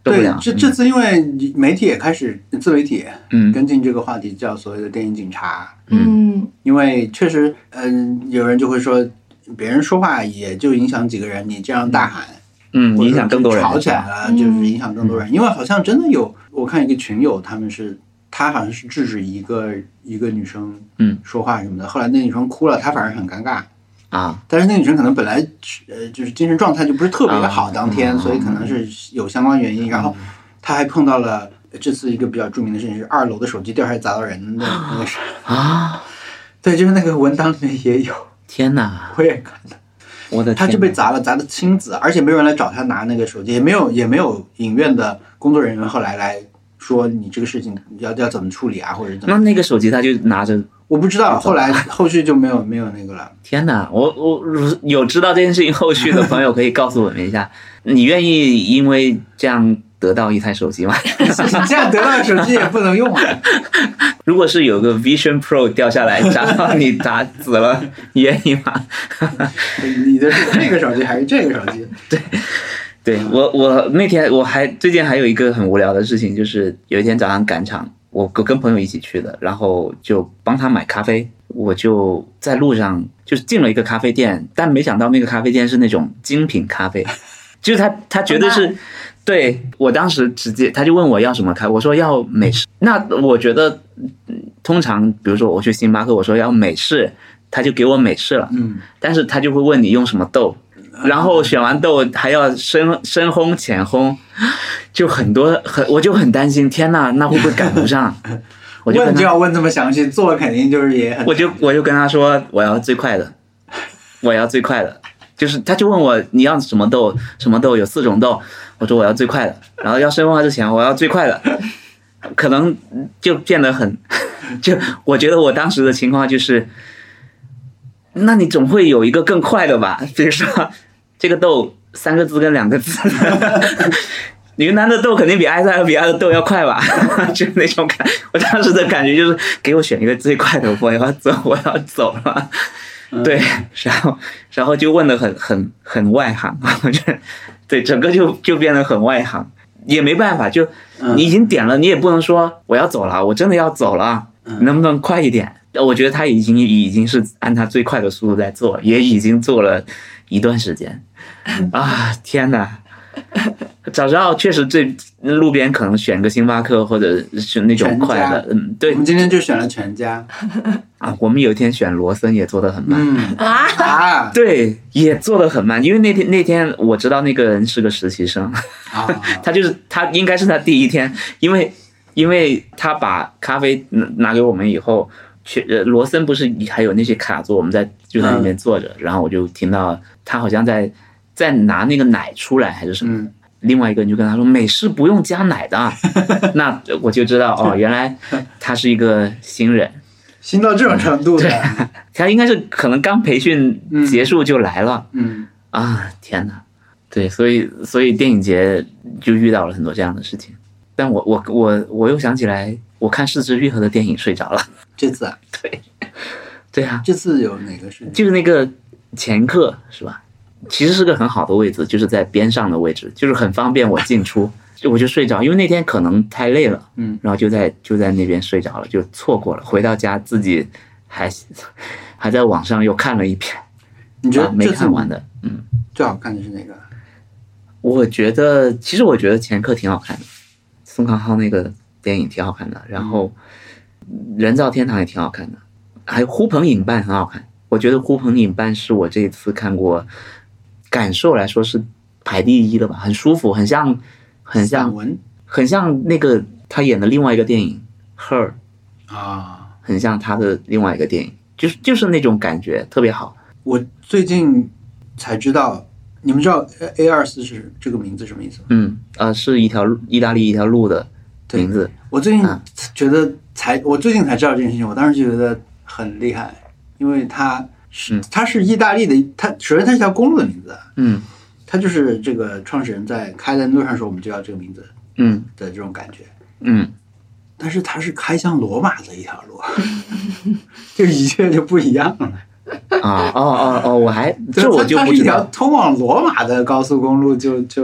对，这这次因为媒体也开始自媒体嗯跟进这个话题，叫所谓的电影警察。 嗯， 因为确实，嗯、呃，有人就会说，别人说话也就影响几个人，你这样大喊， 嗯，影响更多人， 吵起来了就是影响更多人。嗯、因为好像真的有，我看一个群友，他们是他好像是制止一个一个女生嗯说话什么的，后来那女生哭了，他反而很尴尬。 啊， 但是那女生可能本来呃就是精神状态就不是特别好，当天、啊，所以可能是有相关原因。然后她还碰到了这次一个比较著名的事情，是二楼的手机掉下来砸到人的那个事啊。对，就是那个文档里面也有。 天哪！ 我也看到， 我的天， 他就被砸了，砸的青紫，而且没有人来找他拿那个手机，也没有也没有影院的工作人员后来来说你这个事情要要怎么处理啊，或者怎么。 那那个手机他就拿着。 我不知道，后来后续就没有没有那个了。 天哪，我我有知道这件事情后续的朋友可以告诉我们一下，你愿意因为这样得到一台手机吗？ 你这样得到手机也不能用啊。 如果是有个 Vision Pro 掉下来砸到你打死了，你愿意吗？ 你的是这个手机还是这个手机？ 对。对，我我那天我还最近还有一个很无聊的事情，就是有一天早上赶场，我跟朋友一起去的，然后就帮他买咖啡，我就在路上就是进了一个咖啡店，但没想到那个咖啡店是那种精品咖啡，就是他他绝对是，对，我当时直接他就问我要什么咖啡，我说要美式，那我觉得通常比如说我去星巴克，我说要美式，他就给我美式了，嗯，但是他就会问你用什么豆。然后选完豆还要深深烘浅烘，就很多很，我就很担心，天哪，那会不会赶不上？我就问就要问这么详细，做肯定就是也很。 我就我就跟他说我要最快的，我要最快的，就是他就问我你要什么豆，什么豆有四种豆，我说我要最快的，然后要深烘还是浅烘，我要最快的，可能就变得很，就我觉得我当时的情况就是。那你总会有一个更快的吧？比如说，这个豆三个字跟两个字，云南的豆肯定比埃塞俄比亚的豆要快吧？就是那种感，我当时的感觉就是给我选一个最快的，我要走，我要走了。对，然后然后就问的很很很外行，我觉得对整个就就变得很外行，也没办法，就你已经点了，你也不能说我要走了，我真的要走了，能不能快一点？我觉得他已经已经是按他最快的速度在做，也已经做了一段时间啊！天哪，早知道确实这路边可能选个星巴克或者是那种快的，嗯，对。 我们今天就选了全家啊，我们有一天选罗森也做得很慢， 嗯啊， 对，也做得很慢，因为那天那天我知道那个人是个实习生啊，他就是他应该是他第一天，因为因为他把咖啡拿给我们以后。去呃，罗森不是还有那些卡座，我们在就在那边坐着，嗯、然后我就听到他好像在在拿那个奶出来还是什么，嗯、另外一个人就跟他说美式不用加奶的，那我就知道哦，原来他是一个新人， 新到这种程度的， 对，他应该是可能刚培训结束就来了， 嗯啊天哪，对，所以所以电影节就遇到了很多这样的事情，但我我我我又想起来。我看《失之愈合》的电影睡着了。 这次啊， 对，对啊， 这次有哪个是？ 就是那个前客是吧？其实是个很好的位置，就是在边上的位置，就是很方便我进出。就我就睡着，因为那天可能太累了，嗯，然后就在就在那边睡着了，就错过了。回到家自己还还在网上又看了一遍， 你觉得、 啊、没看完的？嗯， 最好看的是哪个？ 我觉得，其实我觉得前客挺好看的，宋康昊那个。电影挺好看的，然后人造天堂也挺好看的，还有呼朋引伴很好看。我觉得呼朋引伴是我这一次看过感受来说是排第一的吧，很舒服，很像很像很像那个他演的另外一个电影 Her 啊， 很像他的另外一个电影，就是就是那种感觉特别好。 我最近才知道，你们知道 A 二四是这个名字什么意思吗？ 嗯，呃，是一条意大利一条路的。名字， 我最近觉得才，我最近才知道这件事情，我当时就觉得很厉害，因为它是它是意大利的，它首先它是一条公路的名字， 嗯， 它就是这个创始人在开在路上的时候，我们就要这个名字， 嗯的这种感觉， 嗯， 但是它是开向罗马的一条路，就一切就不一样了。 啊哦哦哦，我还这我就不知道， 它是一条通往罗马的高速公路，就就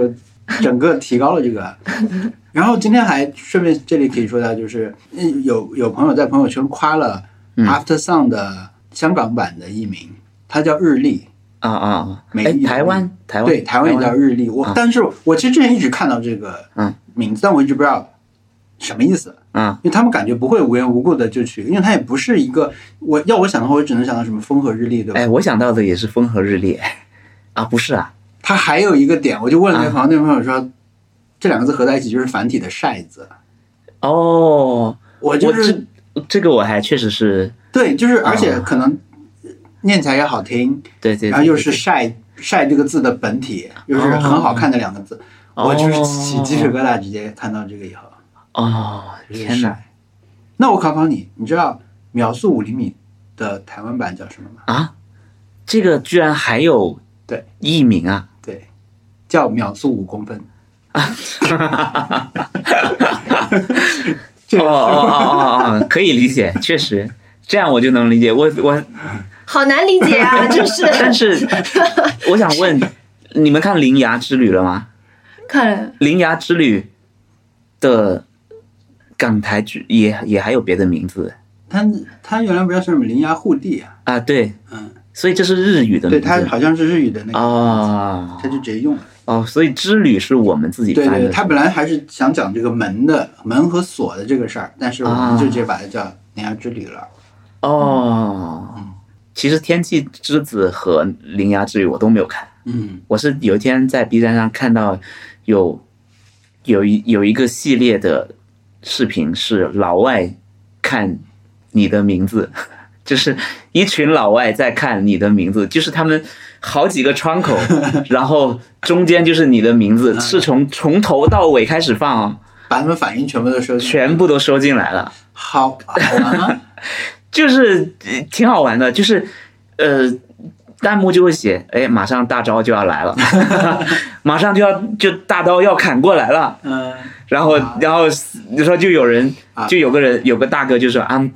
整个提高了这个。然后今天还顺便这里可以说到，就是有有朋友在朋友圈夸了 After Sun 的香港版的译名，它叫日历。 啊啊！哎，台湾台湾对台湾也叫日历。我、啊、但是我其实之前一直看到这个名字，嗯、但我一直不知道什么意思。 嗯， 因为他们感觉不会无缘无故的就去，因为它也不是一个我要我想的话，我只能想到什么风和日丽，对吧？ 哎，我想到的也是风和日丽啊，不是啊。 它还有一个点，我就问了那个朋友，啊、那个朋友说，这两个字合在一起就是繁体的晒字。 哦， 我就是我 这, 这个我还确实是对，就是而且可能念起来也好听， 哦、对, 对, 对, 对， 然后又是晒晒这个字的本体，又是很好看的两个字，哦、我就是起鸡皮疙瘩，直接看到这个以后。 哦，天哪！ 那我考考你，你知道秒速五厘米的台湾版叫什么吗？ 啊，这个居然还有对译名啊？ 对，叫秒速五公分。啊！ 哦哦哦哦，可以理解，确实这样我就能理解。我我好难理解啊，真是。 但是我想问，你们看《铃芽之旅》了吗？ 看了。《 铃芽之旅》的港台剧也也还有别的名字， 他他原来不叫什么铃芽护地啊？ 啊，对， 嗯， 所以这是日语的名字， 对，他好像是日语的那个哦， 他就直接用了。 哦，所以之旅是我们自己翻的。 对对，他本来还是想讲这个门的门和锁的这个事儿，但是我们就直接把它叫铃芽之旅了。 哦，嗯，其实《天气之子》和《铃芽之旅》我都没有看， 嗯， 我是有一天在 B 站上看到有有一有一个系列的视频是老外看你的名字，就是一群老外在看你的名字，就是他们好几个窗口，然后中间就是你的名字，是从从头到尾开始放哦， 把他们反应全部都收进来， 全部都收进来了。 好好玩吗？ 就是挺好玩的，就是呃，弹幕就会写，哎，马上大招就要来了，马上就要就大刀要砍过来了， 嗯， 然后然后你说就有人就有个人有个大哥就说 I'm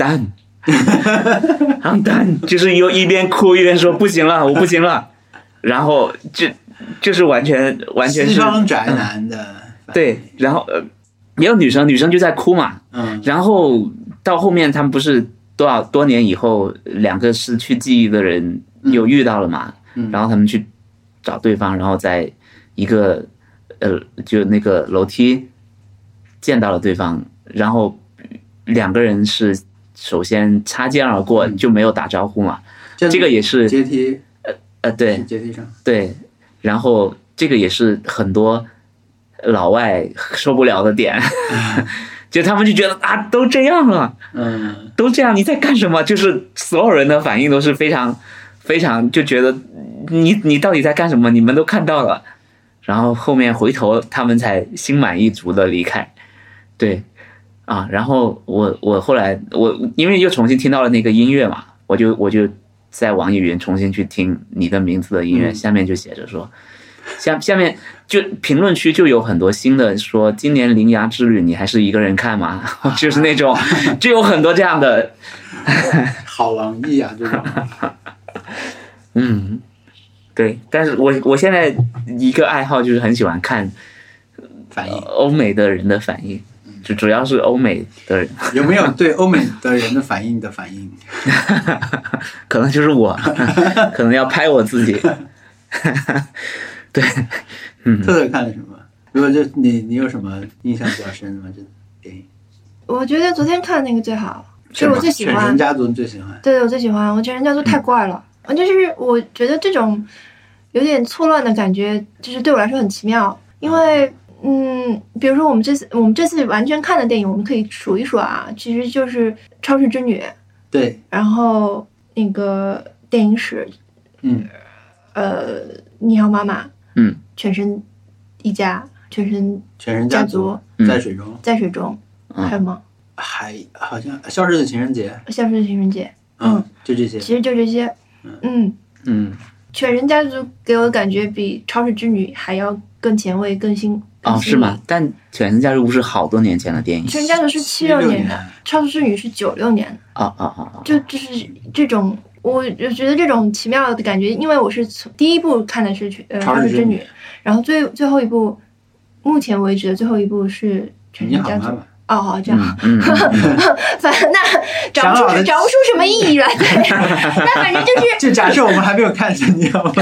done。I'm done， 就是又一边哭一边说不行了，我不行了，然后就就是完全完全是西方宅男的、 嗯，对，然后呃也有女生，女生就在哭嘛， 嗯， 然后到后面他们不是多少多年以后，两个失去记忆的人又遇到了嘛， 嗯， 然后他们去找对方，然后在一个呃就那个楼梯见到了对方，然后两个人是。首先擦肩而过，就没有打招呼嘛，嗯、这个也是阶梯， 呃呃对， 阶梯上对，然后这个也是很多老外受不了的点，嗯、就他们就觉得啊都这样了， 嗯， 都这样你在干什么？就是所有人的反应都是非常非常就觉得你你到底在干什么？你们都看到了，然后后面回头他们才心满意足的离开，对。啊，然后我我后来我因为又重新听到了那个音乐嘛，我就我就在网易云重新去听你的名字的音乐， 嗯、 下面就写着说，下下面就评论区就有很多新的说，今年铃芽之旅你还是一个人看吗？就是那种就有很多这样的， 好网易啊这种， 嗯，对，但是我我现在一个爱好就是很喜欢看反应欧美的人的反应。就主要是欧美的人， 有没有对欧美的人的反应的反应？ 可能就是我，可能要拍我自己。对，嗯。 特特看了什么？如果就你你有什么印象比较深的吗？这电影？ 我觉得昨天看那个最好，就是我最喜欢。 犬神家族最喜欢。 对，我最喜欢。我犬神家族太怪了，嗯、就是我觉得这种有点错乱的感觉，就是对我来说很奇妙，因为。嗯，比如说我们这次我们这次完全看的电影，我们可以数一数啊，其实就是《超市之女》， 对， 然后那个电影史， 嗯， 呃，你好妈妈， 嗯， 犬神一家，犬神犬神家族在水中， 在水中， 嗯、 还有吗？ 还好像消失的情人节， 消失的情人节， 嗯，嗯就这些， 其实就这些，嗯嗯， 犬神家族给我的感觉比《超市之女》还要更前卫、更新。 哦，是吗？但《犬神家族》是好多年前的电影，《 犬神家族》是七六年的，《超市之女》是九六年的。 啊啊啊！ 就就是这种，我就觉得这种奇妙的感觉，因为我是从第一部看的是《呃超市之女》，然后最最后一部目前为止的最后一部是《全身家族》。哦，好，这样， 嗯嗯、 反正那找不出找不出什么意义了，对，那反正就是， 就假设我们还没有看见，你知道吗？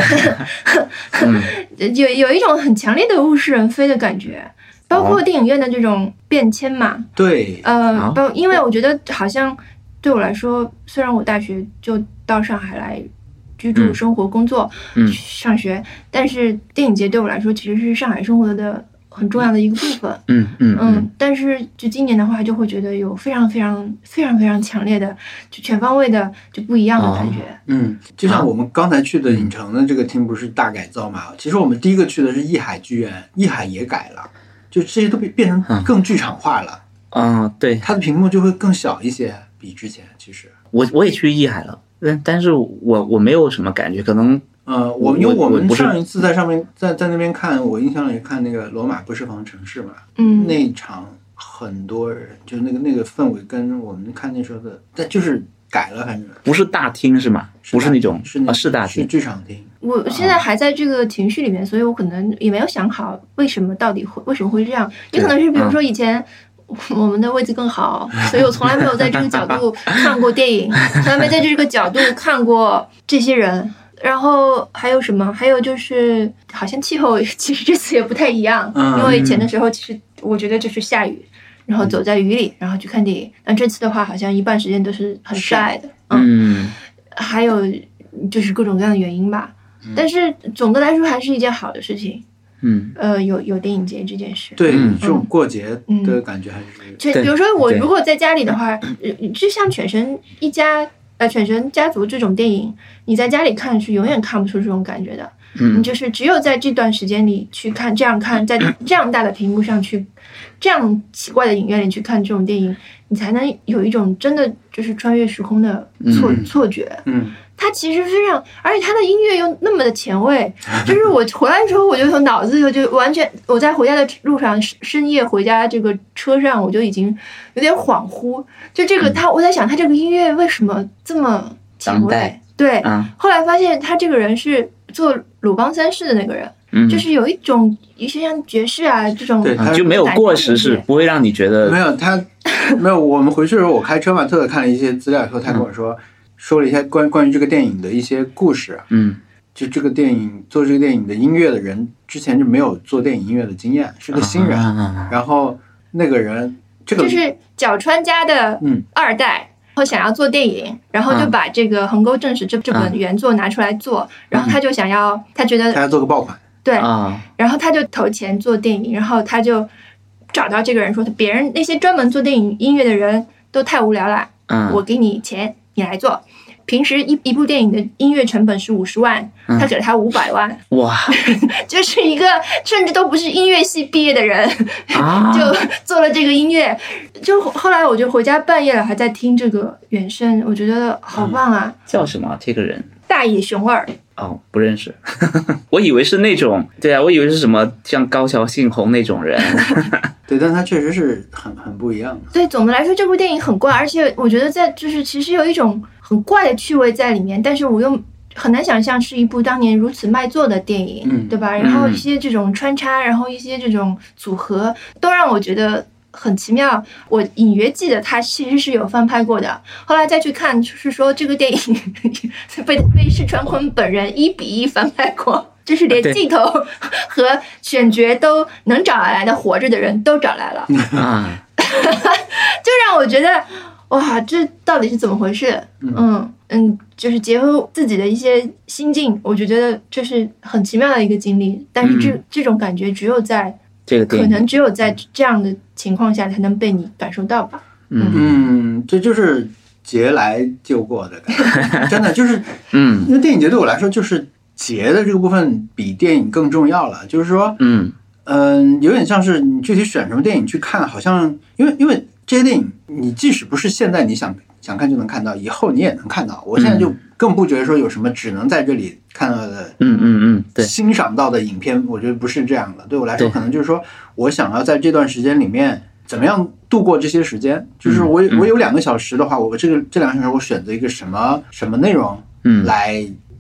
有有一种很强烈的物是人非的感觉，包括电影院的这种变迁嘛。 对， 呃，包因为我觉得好像对我来说，虽然我大学就到上海来居住、生活、工作、 嗯、 上学，但是电影节对我来说其实是上海生活的很重要的一个部分。 嗯嗯嗯，但是就今年的话，就会觉得有非常非常非常非常强烈的，就全方位的就不一样的感觉。 哦、嗯，就像我们刚才去的影城的这个厅不是大改造嘛？其实我们第一个去的是艺海剧院，艺海也改了，就这些都变成更剧场化了。 嗯，嗯对， 它的屏幕就会更小一些，比之前其实。 我我也去艺海了，但但是我我没有什么感觉，可能。 呃，我因为我们上一次在上面在在那边看，我印象里看那个罗马不设防城市嘛， 嗯， 那一场很多人，就那个那个氛围跟我们看那时候的，但就是改了，反正不是大厅是吗？ 是不是那种是那、 啊、是大厅， 是剧场厅。 我现在还在这个情绪里面，所以我可能也没有想好为什么到底会为什么会这样，也可能是比如说以前。我们的位置更好，所以我从来没有在这个角度看过电影，从来没在这个角度看过这些人。然后还有什么？还有就是好像气候其实这次也不太一样， 嗯、 因为以前的时候其实我觉得就是下雨，然后走在雨里，然后去看电影。但这次的话，好像一半时间都是很晒的。嗯，嗯还有就是各种各样的原因吧。但是总的来说还是一件好的事情。 嗯， 呃，有有电影节这件事， 对，嗯、这种过节的感觉还是。 就、嗯、比如说我如果在家里的话，就像《犬神一家》呃，《犬神家族》这种电影，你在家里看是永远看不出这种感觉的。 嗯， 你就是只有在这段时间里去看，这样看，在这样大的屏幕上去，这样奇怪的影院里去看这种电影，你才能有一种真的就是穿越时空的错、嗯、错觉。 嗯。 它其实非常，而且它的音乐又那么的前卫，就是我回来的时候，我就从脑子里就完全，我在回家的路上，深夜回家这个车上，我就已经有点恍惚。就这个他，我在想他这个音乐为什么这么前卫？对、 嗯， 后来发现他这个人是做鲁邦三世的那个人， 嗯、 就是有一种一些像爵士啊这种， 对， 就没有过时是不会让你觉得没有他没有。我们回去的时候，我开车嘛，特特看了一些资料以后，他跟我说。嗯说了一些关关于这个电影的一些故事， 嗯， 就这个电影做这个电影的音乐的人之前就没有做电影音乐的经验，是个新人， 啊、 然后那个人这个就是角川家的二代，然后想要做电影，然后就把这个横沟正史这这本原作拿出来做，然后他就想要，他觉得他要做个爆款， 对， 啊， 然后他就投钱做电影，然后他就找到这个人说，别人那些专门做电影音乐的人都太无聊了， 嗯， 我给你钱。你来做，平时一一部电影的音乐成本是五十万，他给了他五百万， 哇， 就是一个甚至都不是音乐系毕业的人， 啊、 就做了这个音乐。就后来我就回家半夜了，还在听这个原声，我觉得好棒啊！ 嗯、叫什么？这个人？ 大野雄二。 哦，不认识，我以为是那种，对啊，我以为是什么像高桥幸宏那种人， 对，但他确实是很很不一样的。 对，总的来说这部电影很怪，而且我觉得在就是其实有一种很怪的趣味在里面，但是我又很难想象是一部当年如此卖座的电影， 嗯、 对吧？然后一些这种穿插，然后一些这种组合，都让我觉得很奇妙。我隐约记得它其实是有翻拍过的，后来再去看，就是说这个电影被被石川昆本人一比一翻拍过，就是连镜头和选角都能找来的活着的人都找来了， 啊， 就让我觉得哇，这到底是怎么回事？嗯嗯，就是结合自己的一些心境，我就觉得这是很奇妙的一个经历。但是这、嗯、这种感觉只有在这个可能只有在这样的情况下才能被你感受到吧。 嗯嗯，这就是节来救过的感觉，真的就是嗯， 因为电影节对我来说就是节的这个部分比电影更重要了，就是说嗯嗯、呃，有点像是你具体选什么电影去看，好像因为因为这些电影你即使不是现在你想想看就能看到，以后你也能看到。我现在就更不觉得说有什么只能在这里看到的， 嗯嗯嗯，对， 欣赏到的影片，我觉得不是这样的。对我来说，可能就是说我想要在这段时间里面怎么样度过这些时间，就是我我有两个小时的话，我这个这两个小时我选择一个什么什么内容， 嗯， 来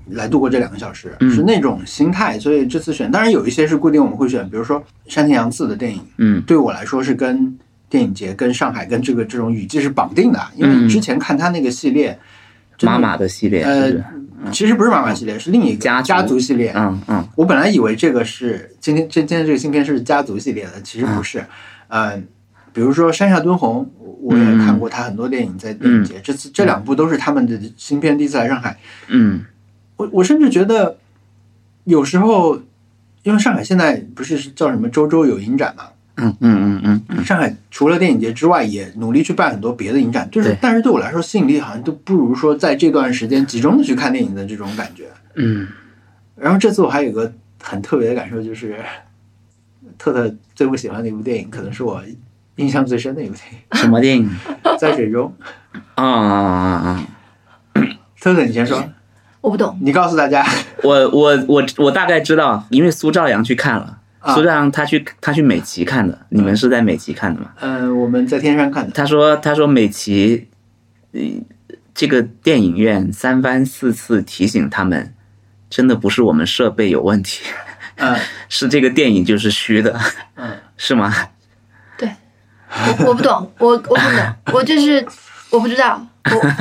来度过这两个小时， 嗯、 是那种心态。所以这次选，当然有一些是固定我们会选，比如说山田洋次的电影， 嗯， 对我来说是跟电影节、跟上海、跟这个这种雨季是绑定的，因为之前看他那个系列， 妈妈的系列， 呃，其实不是妈妈系列，是另一个家族家族系列。 嗯嗯， 我本来以为这个是今天这今天这个新片是家族系列的，其实不是。嗯、呃，比如说山下敦弘，我也看过他很多电影在电影节，嗯、这次这两部都是他们的新片第一次来上海。 嗯， 我我甚至觉得有时候，因为上海现在不是叫什么周周有影展嘛。 嗯嗯嗯嗯， 上海除了电影节之外，也努力去办很多别的影展，就是但是对我来说吸引力好像都不如说在这段时间集中的去看电影的这种感觉。 嗯， 然后这次我还有一个很特别的感受，就是特特最不喜欢的一部电影，可能是我印象最深的一部电影。 什么电影？ 在水中。 啊啊啊啊！ 特特，你先说。 我不懂。 你告诉大家。 我我我我大概知道，因为苏兆阳去看了。苏兆阳他去他去美琪看的，你们是在美琪看的吗？ 嗯、呃，我们在天山看的。 他说他说美琪，呃，这个电影院三番四次提醒他们，真的不是我们设备有问题， 嗯， 是这个电影就是虚的， 嗯，是吗？ 对，我我不懂，我我不懂，我就是我不知道，我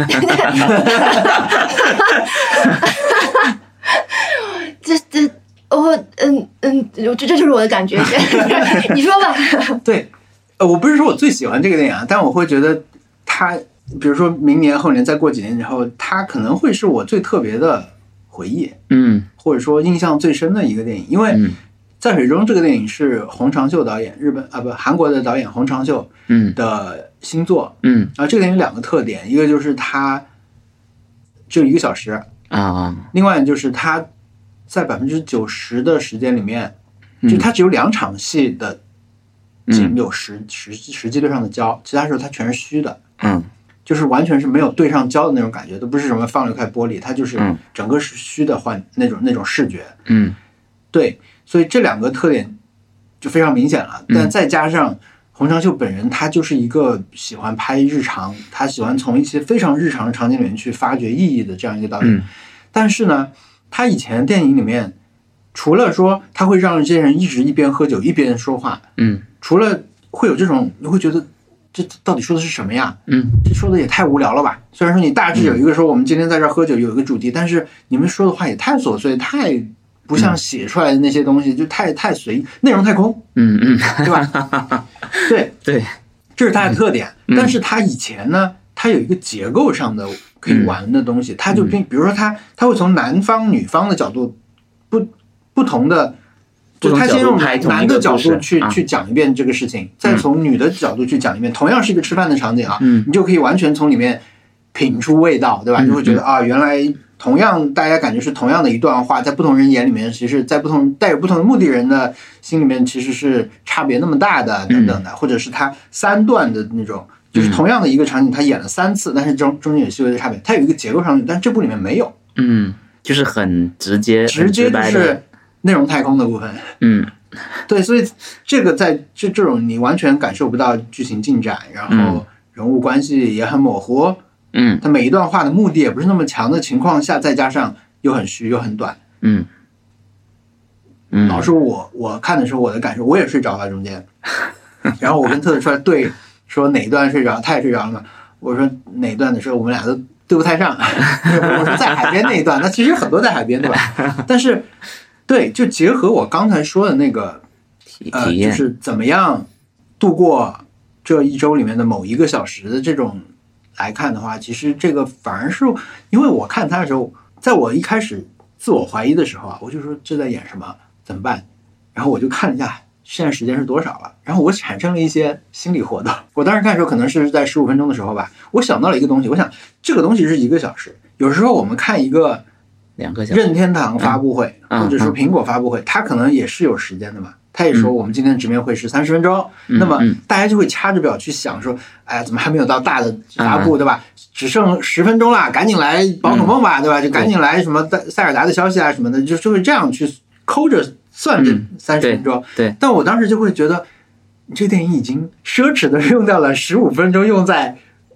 这这。我嗯嗯，这这就是我的感觉，你说吧。 对，呃，我不是说我最喜欢这个电影啊，但我会觉得它，比如说明年、后年、再过几年之后，它可能会是我最特别的回忆， 嗯， 或者说印象最深的一个电影。因为在水中这个电影是洪长秀导演，日本啊不韩国的导演洪长秀嗯的新作， 嗯， 啊，这个电影两个特点，一个就是它只有一个小时啊， 另外就是它。在百分之九十的时间里面，就它只有两场戏的景有实实实际对上的焦，其他时候它全是虚的， 嗯， 就是完全是没有对上焦的那种感觉，都不是什么放了一块玻璃，它就是整个是虚的幻那种那种视觉， 嗯， 对，所以这两个特点就非常明显了。但再加上洪长秀本人，他就是一个喜欢拍日常，他喜欢从一些非常日常的场景里面去发掘意义的这样一个导演，但是呢。他以前电影里面，除了说他会让这些人一直一边喝酒一边说话， 嗯， 除了会有这种你会觉得这到底说的是什么呀？ 嗯， 这说的也太无聊了吧。虽然说你大致有一个说我们今天在这儿喝酒有一个主题，但是你们说的话也太琐碎，太不像写出来的那些东西，就太太随意，内容太空， 嗯嗯， 对吧？对对， 这是他的特点。但是他以前呢，他有一个结构上的。可以玩的东西，他就比比如说他他会从男方女方的角度不不同的，就他先用男的角度去去讲一遍这个事情，再从女的角度去讲一遍，同样是一个吃饭的场景啊，你就可以完全从里面品出味道，对吧？就会觉得啊，原来同样大家感觉是同样的一段话，在不同人眼里面，其实在不同带有不同的目的人的心里面，其实是差别那么大的等等的，或者是他三段的那种。就是同样的一个场景，他演了三次，但是中中间有细微的差别。他有一个结构上，但这部里面没有。 嗯，就是很直接， 直接就是内容太空的部分。 嗯， 对，所以这个在这这种你完全感受不到剧情进展，然后人物关系也很模糊。 嗯， 他每一段话的目的也不是那么强的情况下，再加上又很虚又很短。 嗯， 嗯，老实说我我看的时候我的感受，我也睡着了中间，然后我跟特特出来对。说哪一段睡着，他也睡着了嘛？我说哪一段的时候，我们俩都对不太上。我说在海边那一段，那其实很多在海边，对吧？但是，对，就结合我刚才说的那个，呃，就是怎么样度过这一周里面的某一个小时的这种来看的话，其实这个反而是因为我看他的时候，在我一开始自我怀疑的时候啊，我就说这在演什么，怎么办？然后我就看了一下。现在时间是多少了？然后我产生了一些心理活动。我当时看的时候，可能是在十五分钟的时候吧，我想到了一个东西。我想这个东西是一个小时。有时候我们看一个两个小时任天堂发布会， 嗯、 或者说苹果发布会，它可能也是有时间的嘛。他也说我们今天的直面会是三十分钟， 嗯、 那么大家就会掐着表去想说，哎呀，怎么还没有到大的发布，对吧？只剩十分钟了，赶紧来宝可梦吧，对吧？就赶紧来什么塞尔达的消息啊什么的，就就会这样去抠着。算这三十分钟、 嗯对，对， 但我当时就会觉得，你这电影已经奢侈的用掉了十五分钟用在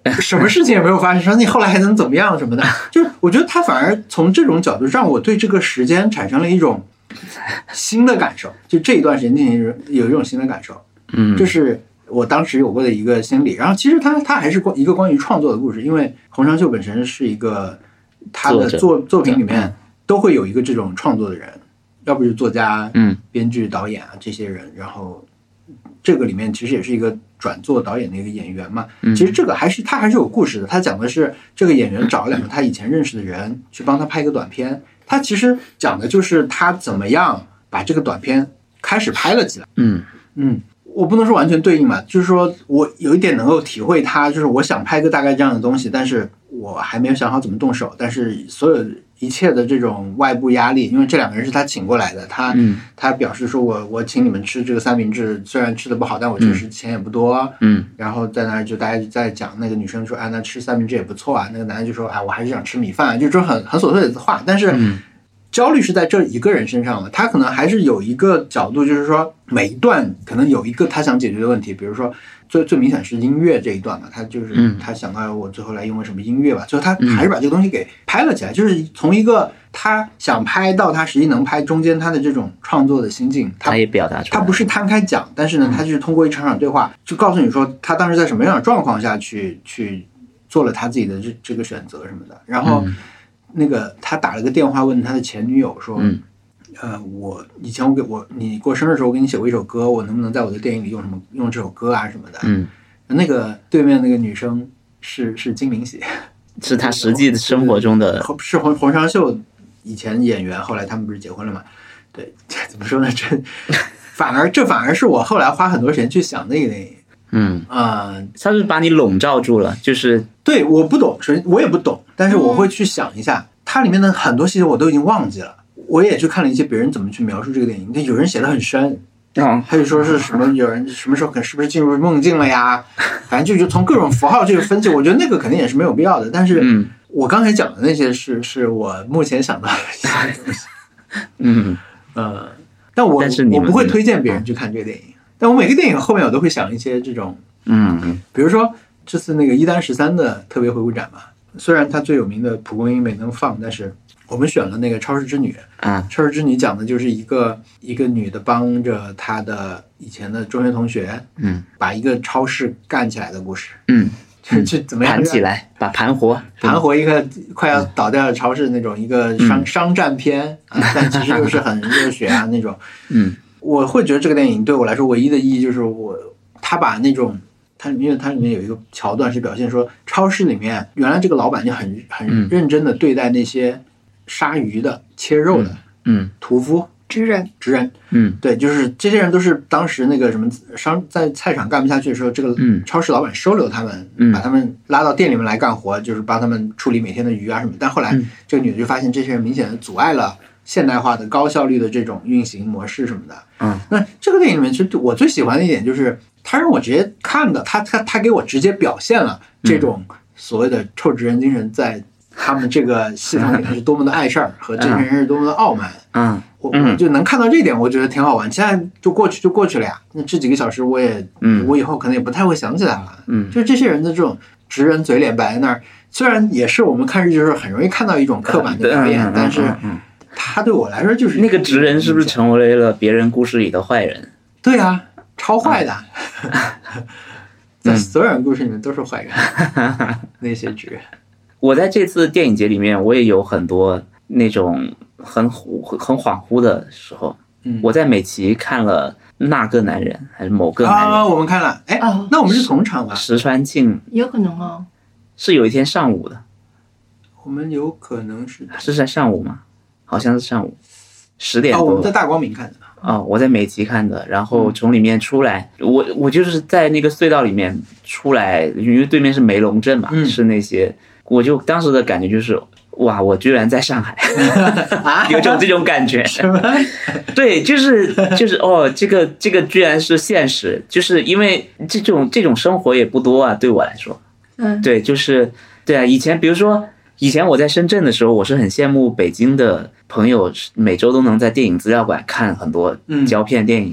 什么事情也没有发生，说你后来还能怎么样什么的，就是我觉得他反而从这种角度让我对这个时间产生了一种新的感受，就这一段时间进行有一种新的感受， 嗯， 这是我当时有过的一个心理。然后其实他他还是一个关于创作的故事，因为洪尚秀本身是一个他的作作品里面都会有一个这种创作的人，要不是作家、 嗯， 编剧、导演啊这些人，然后这个里面其实也是一个转做导演的一个演员嘛。 嗯、 其实这个还是他还是有故事的，他讲的是这个演员找了两个他以前认识的人去帮他拍一个短片，他其实讲的就是他怎么样把这个短片开始拍了起来。 嗯嗯，我不能说完全对应嘛，就是说我有一点能够体会他，就是我想拍个大概这样的东西，但是我还没有想好怎么动手，但是所有一切的这种外部压力，因为这两个人是他请过来的，他、 嗯、 他表示说我我请你们吃这个三明治，虽然吃的不好，但我确实钱也不多， 嗯， 然后在那儿就大家在讲，那个女生说啊，那吃三明治也不错啊，那个男的就说啊，我还是想吃米饭，就这种很很琐碎的话，但是。 嗯， 焦虑是在这一个人身上的，他可能还是有一个角度，就是说每一段可能有一个他想解决的问题，比如说最最明显是音乐这一段嘛，他就是他想到我最后来用了什么音乐吧，最后他还是把这个东西给拍了起来，就是从一个他想拍到他实际能拍中间他的这种创作的心境，他他也表达出来， 他不是摊开讲，但是呢，他就是通过一场场对话，就告诉你说他当时在什么样的状况下去去做了他自己的这这个选择什么的，然后。嗯那个他打了个电话问他的前女友说， 嗯、 呃，我以前我给我你过生日的时候我给你写过一首歌，我能不能在我的电影里用什么用这首歌啊什么的？ 嗯， 那个对面那个女生是是金明喜， 是他实际生活中的， 是洪洪尚秀以前演员，后来他们不是结婚了嘛？对，怎么说呢？这反而这反而是我后来花很多时间去想的一个电影。 嗯啊、呃， 他是把你笼罩住了，就是对，我不懂，首先我也不懂，但是我会去想一下，它里面的很多细节我都已经忘记了。我也去看了一些别人怎么去描述这个电影，有人写的很深， 嗯， 他就说是什么有人什么时候可是不是进入梦境了呀？反正就就从各种符号这个分析，我觉得那个肯定也是没有必要的。但是，我刚才讲的那些是是我目前想到的一些东西， 嗯呃，但我但是我不会推荐别人去看这个电影。但我每个电影后面我都会想一些这种， 嗯， 比如说这次那个一丹十三的特别回顾展嘛，虽然它最有名的蒲公英没能放，但是我们选了那个超市之女啊， 超市之女讲的就是一个一个女的帮着她的以前的中学同学， 嗯， 把一个超市干起来的故事， 嗯， 就就怎么样盘起来，把盘活盘活一个快要倒掉的超市那种一个商、嗯、商战片啊，但其实又是很热血啊那种， 嗯。 我会觉得这个电影对我来说唯一的意义就是我，他把那种他因为它里面有一个桥段是表现说，超市里面原来这个老板就很很认真的对待那些杀鱼的、切肉的， 嗯， 屠夫、 职人、 职人， 嗯， 对，就是这些人都是当时那个什么商在菜场干不下去的时候，这个超市老板收留他们， 嗯， 把他们拉到店里面来干活，就是帮他们处理每天的鱼啊什么。但后来这个女的就发现这些人明显的阻碍了现代化的高效率的这种运行模式什么的， 嗯， 那这个电影里面其实我最喜欢的一点就是他让我直接看的，他他他给我直接表现了这种所谓的臭职人精神在他们这个系统里面是多么的碍事儿，和这些人是多么的傲慢， 嗯， 我我就能看到这一点，我觉得挺好玩。现在就过去就过去了呀，那这几个小时我也， 嗯， 我以后可能也不太会想起来了， 嗯， 就是这些人的这种职人嘴脸摆在那儿，虽然也是我们看日剧的时候很容易看到一种刻板的表演，但是。他对我来说就是那个职人是不是成为了别人故事里的坏人？ 对啊，超坏的，啊、在所有人故事里面都是坏人。嗯、那些职人， 我在这次电影节里面，我也有很多那种很很恍惚的时候。 嗯， 我在美琪看了那个男人还是某个男人啊，我们看了，哎，哦、那我们是同场吧？ 石川庆有可能哦， 是有一天上午的。 我们有可能是是在上午吗？好像是上午十点多， 哦，我们在大光明看的。 哦，我在美琪看的，然后从里面出来，嗯、我我就是在那个隧道里面出来，因为对面是梅龙镇嘛， 嗯、 是那些，我就当时的感觉就是，哇，我居然在上海，有种这种感觉。 什么？ 对，就是就是哦，这个这个居然是现实，就是因为这种这种生活也不多啊，对我来说， 嗯， 对，就是对啊，以前比如说。以前我在深圳的时候，我是很羡慕北京的朋友，每周都能在电影资料馆看很多胶片电影的。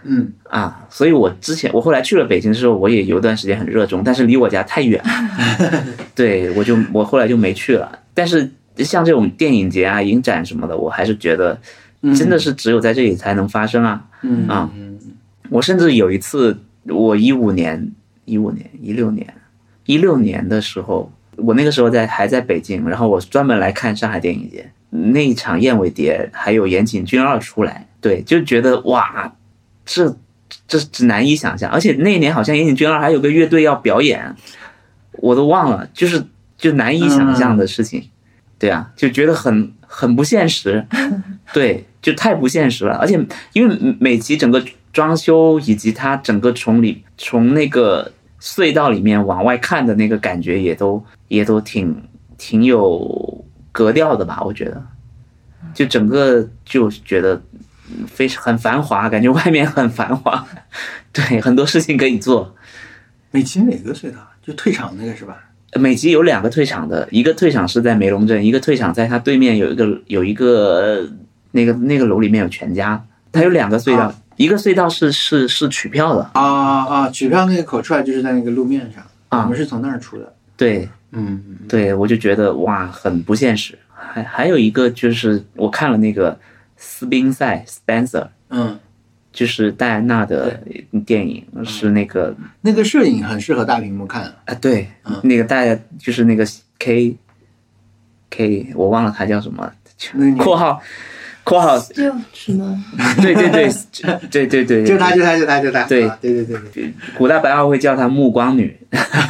嗯啊，所以我之前我后来去了北京之后，我也有段时间很热衷，但是离我家太远了，对，我就我后来就没去了。但是像这种电影节啊、影展什么的，我还是觉得真的是只有在这里才能发生啊。 嗯啊，我甚至有一次，我一五年、一五年、一六年、一六年的时候，我那个时候在还在北京，然后我专门来看上海电影节那一场，燕尾蝶还有岩井俊二出来，对，就觉得哇，这这这难以想象。而且那一年好像岩井俊二还有个乐队要表演，我都忘了，就是就难以想象的事情。嗯，对啊，就觉得很很不现实，对，就太不现实了。而且因为美琪整个装修以及它整个从里从那个隧道里面往外看的那个感觉，也都也都挺挺有格调的吧，我觉得，就整个就觉得非常很繁华，感觉外面很繁华，对，很多事情可以做。 美琪哪个隧道？就退场那个是吧？ 美琪有两个退场的，一个退场是在梅龙镇，一个退场在它对面有一个有一个那个那个楼里面有全家，它有两个隧道，啊、一个隧道是是是取票的啊啊，取票那个口出来就是在那个路面上，啊、我们是从那儿出的。 对， 嗯， 对，我就觉得哇，很不现实。还还有一个就是我看了那个斯宾塞 Spencer， 嗯。 就是戴安娜的电影，是那个那个摄影很适合大屏幕看啊，对， 嗯、 那个大家就是那个 K K， 我忘了他叫什么，括号括号就什么， 对对对对对对， 就他就他就他就他， 对对对对对， 古代白话会叫她暮光女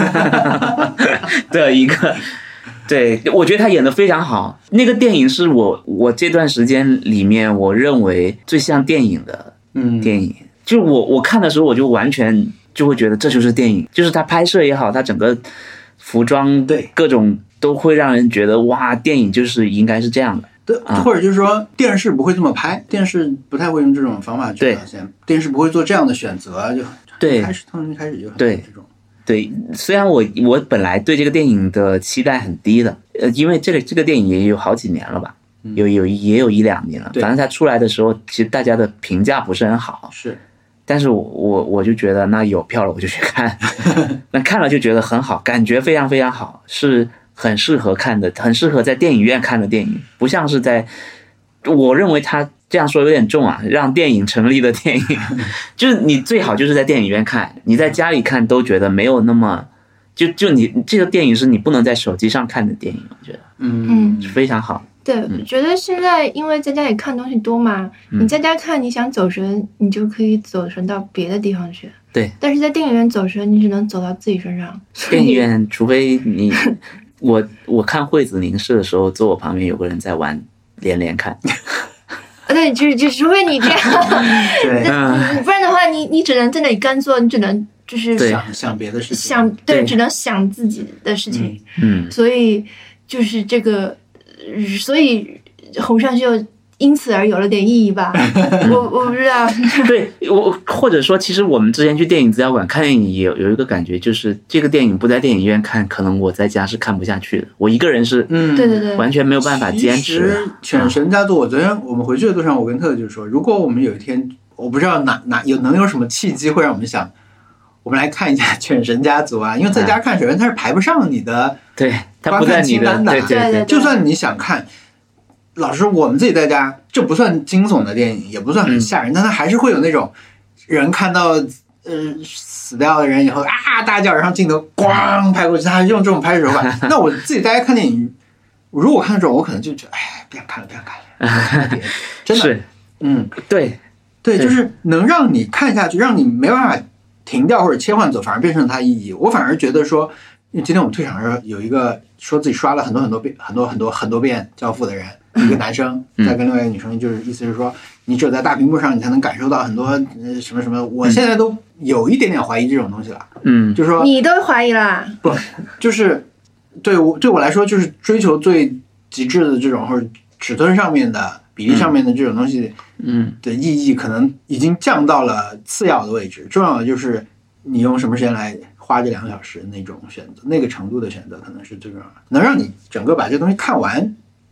的一个。对，我觉得他演得非常好。那个电影是我我这段时间里面我认为最像电影的电影，嗯、就我我看的时候，我就完全就会觉得这就是电影，就是他拍摄也好，他整个服装对各种都会让人觉得哇，电影就是应该是这样的。 对，或者就是说电视不会这么拍，电视不太会用这种方法去表现，电视不会做这样的选择，就对， 开始从一开始就很对这种。对，虽然我我本来对这个电影的期待很低的，呃，因为这个这个电影也有好几年了吧，有有也有一两年了，反正它出来的时候，其实大家的评价不是很好， 是， 但是我我我就觉得那有票了我就去看，那看了就觉得很好，感觉非常非常好，是很适合看的，很适合在电影院看的电影，不像是在，我认为它。这样说有点重啊，让电影成立的电影，就是你最好就是在电影院看，你在家里看都觉得没有那么，就就你这个电影是你不能在手机上看的电影，我觉得， 嗯， 非常好。 对，我觉得现在因为在家里看东西多嘛， 嗯、 你在家看，你想走神，你就可以走神到别的地方去。 对， 但是在电影院走神，你只能走到自己身上。 电影院，除非你，我我看惠子凝视的时候，坐我旁边有个人在玩连连看。 对，就是就除非你这样， 对， 嗯、不然的话，你你只能在那里干坐，你只能就是想想别的事情， 想 对, 对，只能想自己的事情。 嗯， 所以就是这个，所以洪尚秀因此而有了点意义吧。我我不知道。 对，我或者说，其实我们之前去电影资料馆看电影，也有有一个感觉，就是这个电影不在电影院看，可能我在家是看不下去的。我一个人是， 嗯， 对对对， 完全没有办法坚持。 其实犬神家族，我昨天我们回去的路上，我跟特就说，如果我们有一天，我不知道哪哪有能有什么契机会让我们想，我们来看一下犬神家族啊，因为在家看，首先它是排不上你的， 对，它不在你的，对对对， 就算你想看。老实说，我们自己在家，这不算惊悚的电影，也不算很吓人，嗯、但它还是会有那种人看到呃死掉的人以后啊大叫，然后镜头咣拍过去，他还用这种拍摄手法。那我自己在家看电影，如果我看这种，我可能就觉得哎，不想看了，不想看了，真的是， 嗯， 对对，就是能让你看下去，让你没办法停掉或者切换走，反而变成了它意义。我反而觉得说，因为今天我们退场时候有一个说自己刷了很多很多遍、很多很多很多遍《教父》的人。一个男生在跟另外一个女生，就是意思是说，你只有在大屏幕上，你才能感受到很多呃什么什么。我现在都有一点点怀疑这种东西了， 嗯， 就是说你都怀疑啦？ 不，就是对我对我来说，就是追求最极致的这种或者尺寸上面的比例上面的这种东西， 嗯的意义可能已经降到了次要的位置，重要的就是你用什么时间来花这两个小时那种选择，那个程度的选择可能是最重要的，能让你整个把这东西看完。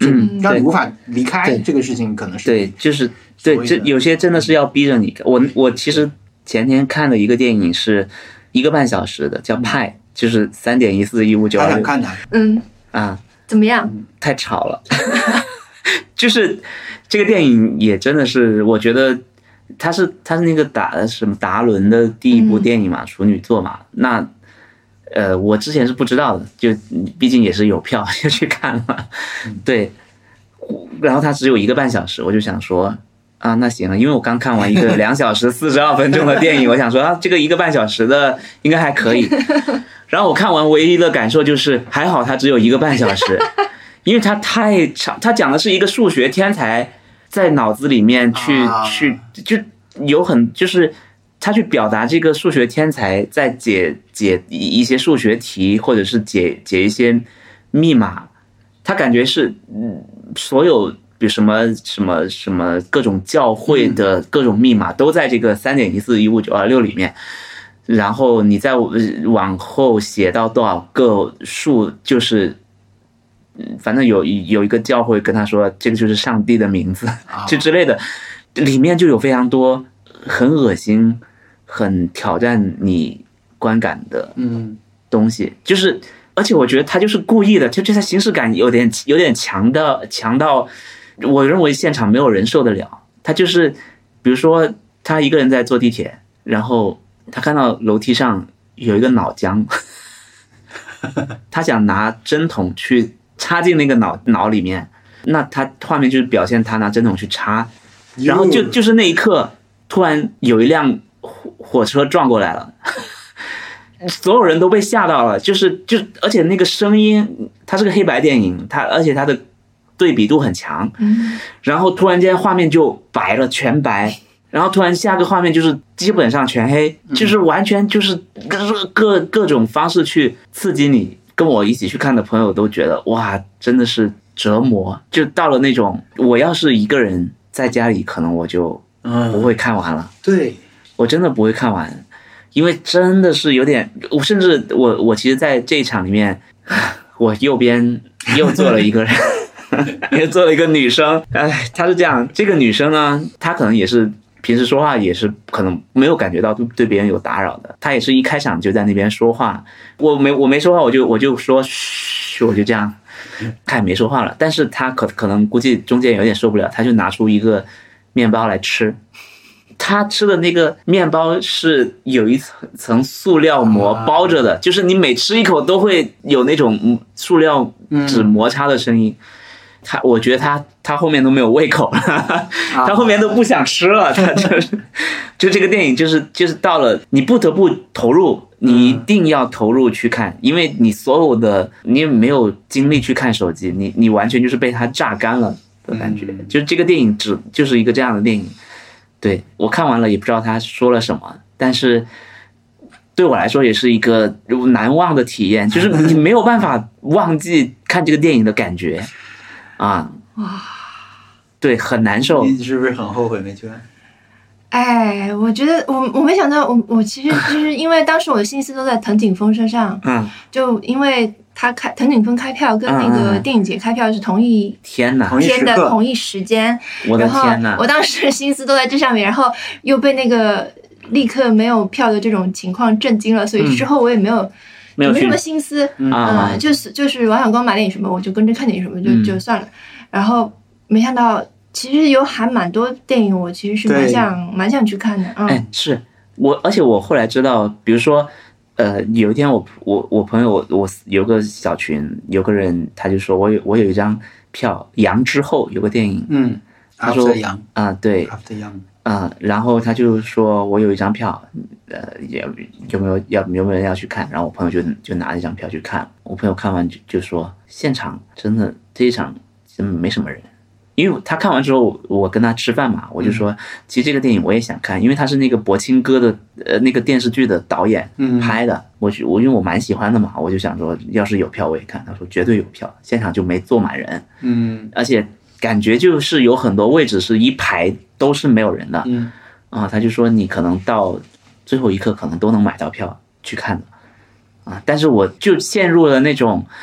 就让你无法离开这个事情，可能是对，就是对，这有些真的是要逼着你。我我其实前天看的一个电影是一个半小时的，叫《派》，就是三点一四一五九二六。 他想看他， 嗯啊， 怎么样？ 太吵了，就是这个电影也真的是，我觉得他是他是那个达什么达伦的第一部电影嘛，处女作嘛，那。呃，我之前是不知道的，就毕竟也是有票就去看了，对，然后它只有一个半小时，我就想说啊，那行了，因为我刚看完一个两小时四十二分钟的电影，我想说啊，这个一个半小时的应该还可以。然后我看完唯一的感受就是还好它只有一个半小时，因为它太长，它讲的是一个数学天才在脑子里面去、啊、去就有很就是。他去表达这个数学天才在解解一些数学题，或者是解解一些密码，他感觉是嗯，所有比如什么什么什么各种教会的各种密码都在这个三点一四一五九二六里面，然后你再往后写到多少个数，就是反正有有一个教会跟他说这个就是上帝的名字就之类的，里面就有非常多很恶心。很挑战你观感的东西，嗯、就是，而且我觉得他就是故意的，就就他形式感有点有点强的强到，我认为现场没有人受得了。他就是，比如说他一个人在坐地铁，然后他看到楼梯上有一个脑浆，他想拿针筒去插进那个脑脑里面，那他画面就是表现他拿针筒去插，然后就就是那一刻，突然有一辆。火车撞过来了，所有人都被吓到了，就是就而且那个声音，它是个黑白电影，它而且它的对比度很强，然后突然间画面就白了，全白，然后突然下个画面就是基本上全黑，就是完全就是各各各种方式去刺激你。跟我一起去看的朋友都觉得哇，真的是折磨，就到了那种我要是一个人在家里，可能我就不会看完了。 嗯、对。 我真的不会看完，因为真的是有点，我甚至我我其实在这一场里面，我右边又坐了一个人，又坐了一个女生，哎，她是这样，这个女生呢，她可能也是平时说话也是可能没有感觉到对别人有打扰的，她也是一开场就在那边说话，我没我没说话，我就我就说嘘，我就这样，她也没说话了，但是她可可能估计中间有点受不了，她就拿出一个面包来吃。他吃的那个面包是有一层层塑料膜包着的，就是你每吃一口都会有那种塑料纸摩擦的声音。他，我觉得他他后面都没有胃口了，他后面都不想吃了。他就是就这个电影就是就是到了你不得不投入，你一定要投入去看，因为你所有的你也没有精力去看手机，你你完全就是被他榨干了的感觉。就是这个电影只就是一个这样的电影。对，我看完了也不知道他说了什么，但是对我来说也是一个难忘的体验，就是你没有办法忘记看这个电影的感觉啊！哇，对，很难受。 你是不是很后悔没去看？ 哎，我觉得我我没想到，我我其实就是因为当时我的心思都在藤井风身上，嗯，就因为。他开藤井风开票跟那个电影节开票是同一天哪天的同一时间， 我的天哪！ 我当时心思都在这上面，然后又被那个立刻没有票的这种情况震惊了，所以之后我也没有、嗯、没有什么心思，嗯，嗯就是就是王小光买电影什么我就跟着看电影什么就、嗯、就算了，然后没想到其实有还蛮多电影我其实是蛮想蛮想去看的，嗯， 哎，是我，而且我后来知道，比如说。呃，有一天我我我朋友我我有个小群，有个人他就说我有我有一张票，杨之后有个电影， 嗯， 他说杨啊、呃、对，啊、呃，然后他就说我有一张票，呃，有有没有要有没有人要去看？然后我朋友就就拿了一张票去看，我朋友看完就就说现场真的这一场真没什么人。因为他看完之后，我跟他吃饭嘛，我就说，其实这个电影我也想看，因为他是那个柏青哥的呃那个电视剧的导演拍的，我我因为我蛮喜欢的嘛，我就想说，要是有票我也看。他说绝对有票，现场就没坐满人，嗯，而且感觉就是有很多位置是一排都是没有人的，嗯，啊，他就说你可能到最后一刻可能都能买到票去看的，啊，但是我就陷入了那种。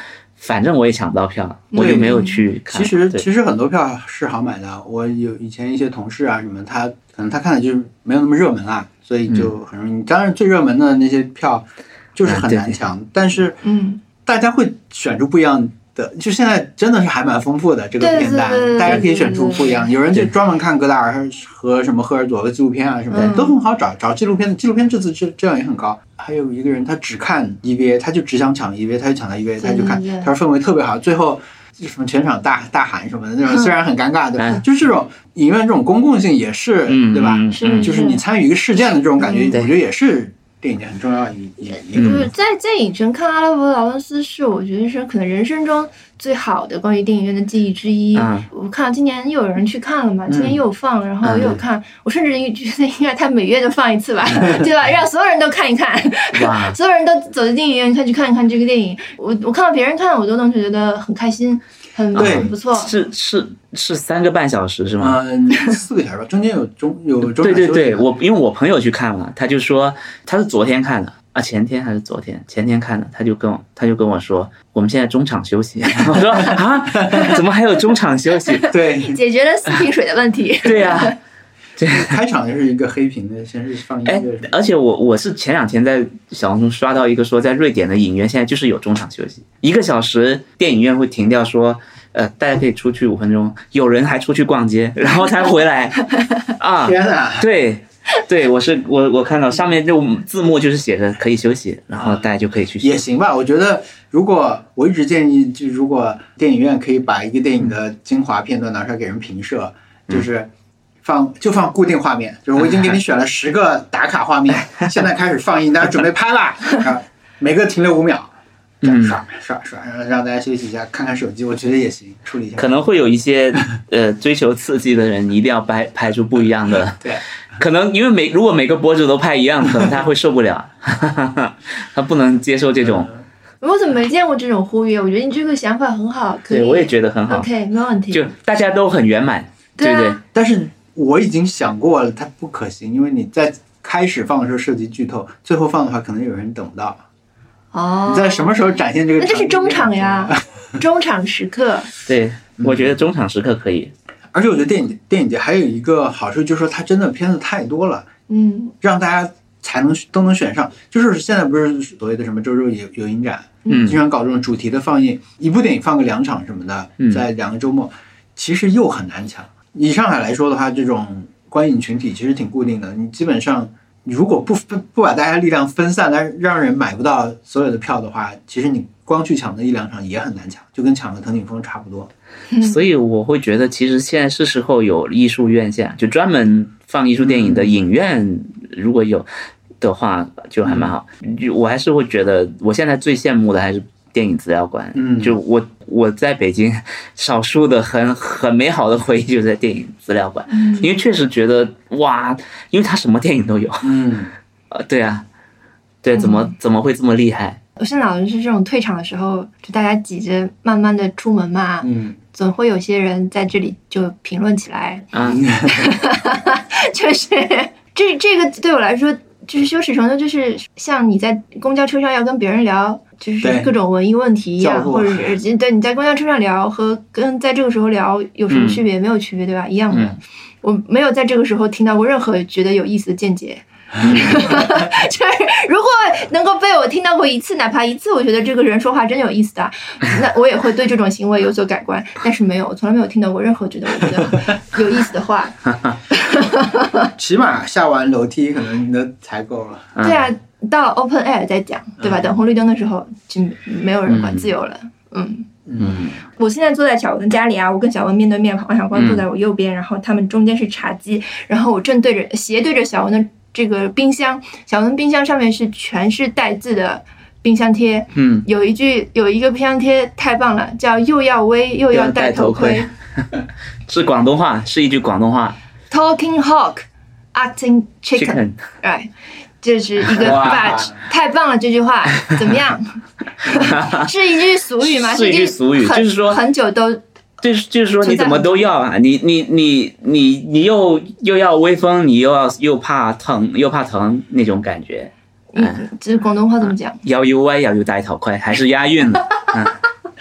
反正我也抢不到票，我就没有去看。 其实其实很多票是好买的，我有以前一些同事啊什么，他可能他看的就是没有那么热门啊，所以就很容易。当然最热门的那些票就是很难抢，嗯、但是嗯， 大家会选出不一样的，就现在真的是还蛮丰富的这个片单，大家可以选出不一样。有人就专门看戈达尔和什么赫尔佐的纪录片啊什么的，嗯、都很好找，找纪录片，纪录片这次质质量也很高。还有一个人他只看 E V A， 他就只想抢 E V A， 他就抢到 E V A， 他就看，他说氛围特别好，最后什么全场大大喊什么的那种，虽然很尴尬的，嗯、就是这种影院这种公共性也是，嗯、对吧？ 是， 就是你参与一个事件的这种感觉，嗯、我觉得也是电影节很重要一一一个。 就是在在影城看阿拉伯劳伦斯是我觉得是可能人生中最好的关于电影院的记忆之一。嗯、我看到今年又有人去看了嘛，今年又有放，然后又有看，嗯、我甚至觉得应该他每月都放一次吧，对吧？让所有人都看一看，所有人都走进电影院看去看一看这个电影。我我看到别人看，我都能觉得很开心。很很不错， 是是是三个半小时是吗？ 嗯，四个小时吧，中间有中有中对对对，我因为我朋友去看了，他就说他是昨天看的啊，前天还是昨天？前天看的，他就跟我他就跟我说，我们现在中场休息。我说啊，怎么还有中场休息？ 对， 解决了四瓶水的问题。 对呀、啊。 对，开场就是一个黑屏的，先是放音乐。 哎，而且我我是前两天在小红书刷到一个说，在瑞典的影院现在就是有中场休息，一个小时电影院会停掉说，呃，大家可以出去五分钟，有人还出去逛街，然后才回来。啊， 天哪！ 对，对，我是我我看到上面就字幕就是写着可以休息，然后大家就可以去休息。 也行吧，我觉得如果我一直建议，就如果电影院可以把一个电影的精华片段拿出来给人评摄，嗯、就是。放就放固定画面，就是我已经给你选了十个打卡画面，现在开始放映，大家准备拍吧，啊，每个停留五秒，这样刷刷刷，让大家休息一下，看看手机，我觉得也行，处理一下。 可能会有一些呃追求刺激的人，一定要拍拍出不一样的， 对， 可能因为每如果每个博主都拍一样，可能他会受不了，他不能接受这种。 我怎么没见过这种呼吁？我觉得你这个想法很好，可以， 对，我也觉得很好 ，OK， 没有问题， 就大家都很圆满， 对啊、 对不对？ 但是。我已经想过了，它不可行，因为你在开始放的时候涉及剧透，最后放的话可能有人等不到。 哦， 你在什么时候展现这个？ 那这是中场呀，中场时刻。 对，我觉得中场时刻可以。 而且我觉得电影电影节还有一个好处，就是说它真的片子太多了， 嗯，让大家才能都能选上。就是现在不是所谓的什么周周有有影展，嗯，经常搞这种主题的放映，一部电影放个两场什么的，在两个周末，其实又很难抢。以上海来说的话，这种观影群体其实挺固定的。你基本上，你如果不不把大家力量分散，但让人买不到所有的票的话，其实你光去抢那一两场也很难抢，就跟抢个藤井风差不多。 所以我会觉得，其实现在是时候有艺术院线，就专门放艺术电影的影院，如果有的话，就还蛮好。我还是会觉得，我现在最羡慕的还是电影资料馆。 嗯， 就我我在北京少数的很很美好的回忆就在电影资料馆， 嗯， 因为确实觉得哇，因为它什么电影都有。 嗯， 呃，对啊，对，怎么怎么会这么厉害？ 我是老是这种退场的时候，就大家挤着慢慢的出门嘛， 嗯， 总会有些人在这里就评论起来， 啊， 就是这这个对我来说。就是羞耻程度，就是像你在公交车上要跟别人聊，就是各种文艺问题一样，或者是对你在公交车上聊和跟在这个时候聊有什么区别？嗯、没有区别，对吧？一样的。嗯、我没有在这个时候听到过任何觉得有意思的见解。就是如果能够被我听到过一次，哪怕一次，我觉得这个人说话真有意思的，那我也会对这种行为有所改观。但是没有，我从来没有听到过任何觉得我觉得有意思的话。 起码下完楼梯可能你都才够了。 对啊，到 open air 再讲，对吧？等红绿灯的时候就没有人管，自由了。嗯嗯， 我现在坐在小文家里啊，我跟小文面对面，王小光坐在我右边，嗯、然后他们中间是茶几，然后我正对着斜对着小文的这个冰箱，小文冰箱上面是全是带字的冰箱贴。 嗯， 有一句有一个冰箱贴太棒了，叫又要威又要戴头盔， 是广东话，是一句广东话。 Talking hawk, acting chicken， right， 这是一个 badge， 太棒了！这句话怎么样？是一句俗语吗？ 是一句俗语，就是说很久都， 就是就是说你怎么都要啊！你你你你你又又要威风，你又要又怕疼又怕疼那种感觉。 嗯，这是广东话怎么讲？ 要有威，要有戴头盔，还是押韵的。嗯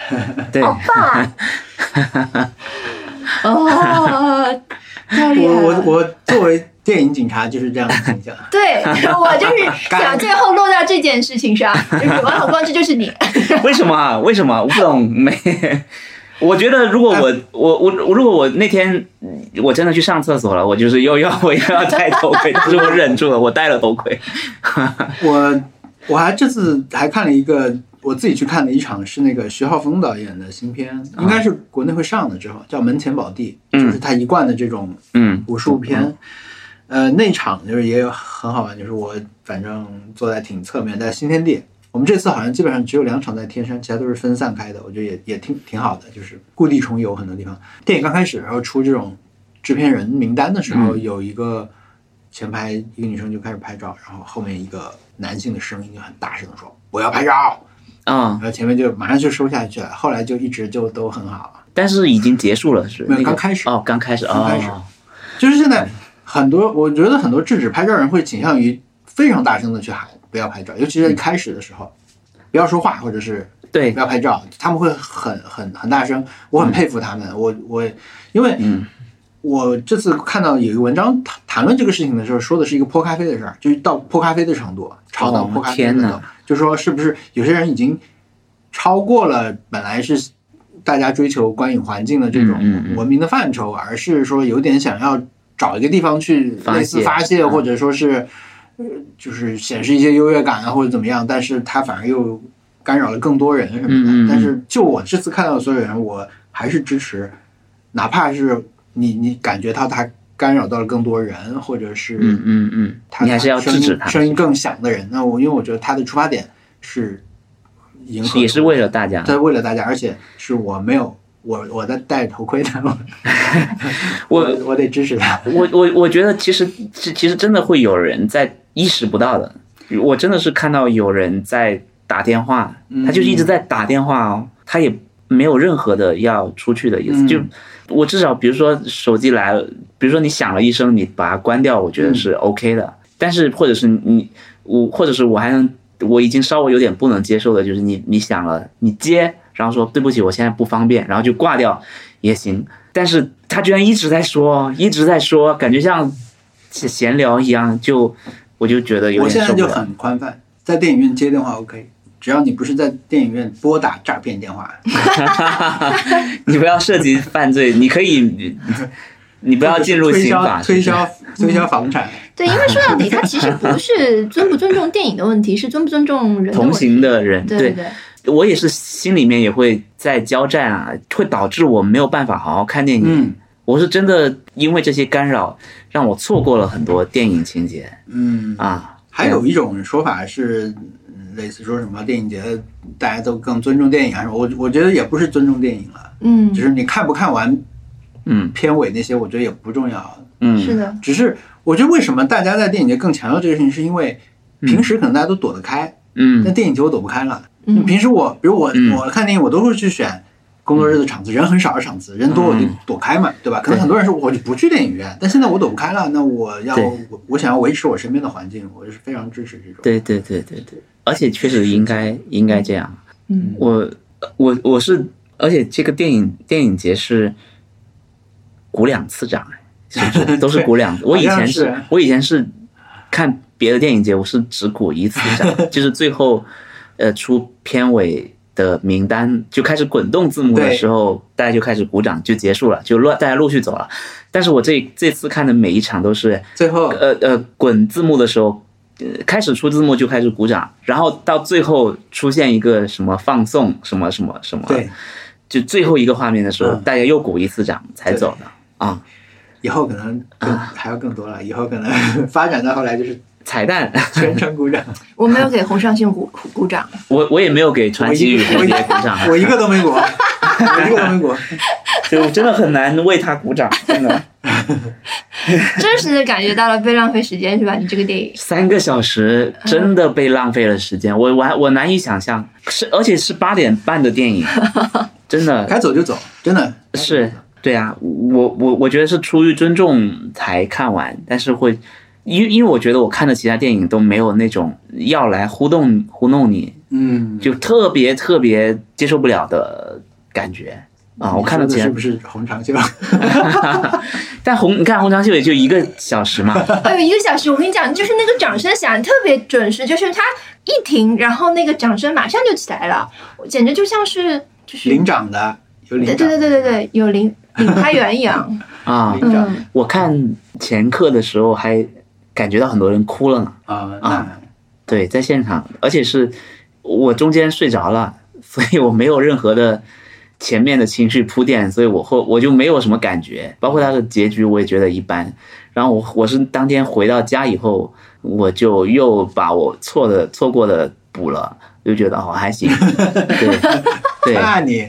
对， 好棒啊！哦，太厉害了！ 我我我作为电影警察就是这样的形象。 对，我就是想最后落到这件事情上，就是王小光，这就是你。 为什么啊？为什么？我不懂。没，我觉得如果我我我如果我那天我真的去上厕所了，我就是又要我又要戴头盔，但是我忍住了，我戴了头盔。 我我还这次还看了一个。我自己去看的一场是那个徐浩峰导演的新片，应该是国内会上的之后，叫《门前宝地》， 嗯， 就是他一贯的这种武术片。嗯、呃，那场就是也有很好玩，就是我反正坐在挺侧面，在新天地。我们这次好像基本上只有两场在天山，其他都是分散开的，我觉得也也挺挺好的，就是故地重游很多地方。电影刚开始然后出这种制片人名单的时候，嗯、有一个前排一个女生就开始拍照，然后后面一个男性的声音就很大声的说：“我要拍照。” 啊、 嗯，然后前面就马上就收下去了，后来就一直就都很好， 但是已经结束了，是没有、那个、刚开始哦，刚开始， 刚开始，哦、就是现在很多，我觉得很多制止拍照人会倾向于非常大声的去喊不要拍照，尤其是一开始的时候，嗯、不要说话或者是对不要拍照，他们会很很很大声，我很佩服他们，嗯、我我因为嗯。我这次看到有一个文章谈论这个事情的时候，说的是一个泼咖啡的事儿，就是到泼咖啡的程度，吵到泼咖啡的程度，哦、就说是不是有些人已经超过了本来是大家追求观影环境的这种文明的范畴，嗯嗯嗯而是说有点想要找一个地方去类似发泄，或者说是呃就是显示一些优越感啊，或者怎么样，但是他反而又干扰了更多人什么的。嗯嗯嗯但是就我这次看到的所有人，我还是支持，哪怕是。你你感觉到他干扰到了更多人，或者是嗯嗯嗯，你还是要制止他声音更响的人。那我因为我觉得他的出发点是迎合， 也是为了大家， 对，为了大家，而且是我没有我我在戴头盔的，我我我得支持他。 我我我觉得其实其实真的会有人在意识不到的，我真的是看到有人在打电话，他就一直在打电话哦，他也没有任何的要出去的意思，嗯、就。我至少比如说手机来了，比如说你响了一声，你把它关掉，我觉得是 OK 的。嗯、但是或者是你我或者是我还能我已经稍微有点不能接受的，就是你你响了，你接，然后说对不起，我现在不方便，然后就挂掉也行。但是他居然一直在说，一直在说，感觉像闲聊一样，就我就觉得有点受不了。 我现在就很宽泛，在电影院接电话 OK。只要你不是在电影院拨打诈骗电话， 你不要涉及犯罪，你可以，你不要进入刑法， 推销推销房产。 对，因为说到底，它其实不是尊不尊重电影的问题，是尊不尊重人的同行的人。 对对对， 我也是心里面也会在交战啊，会导致我没有办法好好看电影。嗯、我是真的因为这些干扰，让我错过了很多电影情节。 嗯啊， 还有一种说法是。类似说什么电影节大家都更尊重电影啊什么，我我觉得也不是尊重电影了， 嗯， 只是你看不看完，嗯，片尾那些我觉得也不重要， 嗯， 是的， 只是我觉得为什么大家在电影节更强调这个事情，是因为平时可能大家都躲得开， 嗯， 但电影节我躲不开了，嗯，平时我比如我、嗯、我看电影我都会去选工作日的场子，人很少的场子，人多我就躲开嘛，对吧？可能很多人说我就不去电影院，但现在我躲不开了，那我要我我想要维持我身边的环境，我就是非常支持这种。 对对对对对，而且确实应该应该这样。 嗯， 我我我是，而且这个电影电影节是鼓两次掌，是不是都是鼓两次？我以前是我以前是看别的电影节，我是只鼓一次掌，就是最后呃出片尾。的名单就开始滚动字幕的时候，大家就开始鼓掌，就结束了，就大家陆续走了。但是我这这次看的每一场都是最后呃呃滚字幕的时候，呃，开始出字幕就开始鼓掌，然后到最后出现一个什么放送什么什么什么， 对， 就最后一个画面的时候，嗯、大家又鼓一次掌才走的啊。 以后可能更还要更多了，以后可能发展到后来就是。 彩蛋， 全程鼓掌。 我没有给洪尚秀鼓鼓掌， 我我也没有给传奇与蝴蝶鼓掌， 我一个都没鼓，我一个都没鼓， 就真的很难为他鼓掌，真的。 真实的感觉到了被浪费时间是吧？你这个电影三个小时真的被浪费了时间，我我我难以想象，是而且是八点半的电影，真的该走就走，真的是对啊，我我我觉得是出于尊重才看完，但是会。因为因为我觉得我看的其他电影都没有那种要来糊弄糊弄你嗯， 就特别特别接受不了的感觉啊！我看到是不是红长袖？ 但红你看红长袖也就一个小时嘛， 哎呦一个小时，我跟你讲，就是那个掌声响特别准时，就是它一停，然后那个掌声马上就起来了，简直就像是就是领奖的，有领奖， 对对对对对，有领领拍员一样啊。 嗯， 我看前课的时候还感觉到很多人哭了呢啊啊，对，在现场，而且是我中间睡着了，所以我没有任何的前面的情绪铺垫，所以我后我就没有什么感觉，包括它的结局我也觉得一般。然后我我是当天回到家以后，我就又把我错的错过的补了，就觉得哦还行。对对， 那你，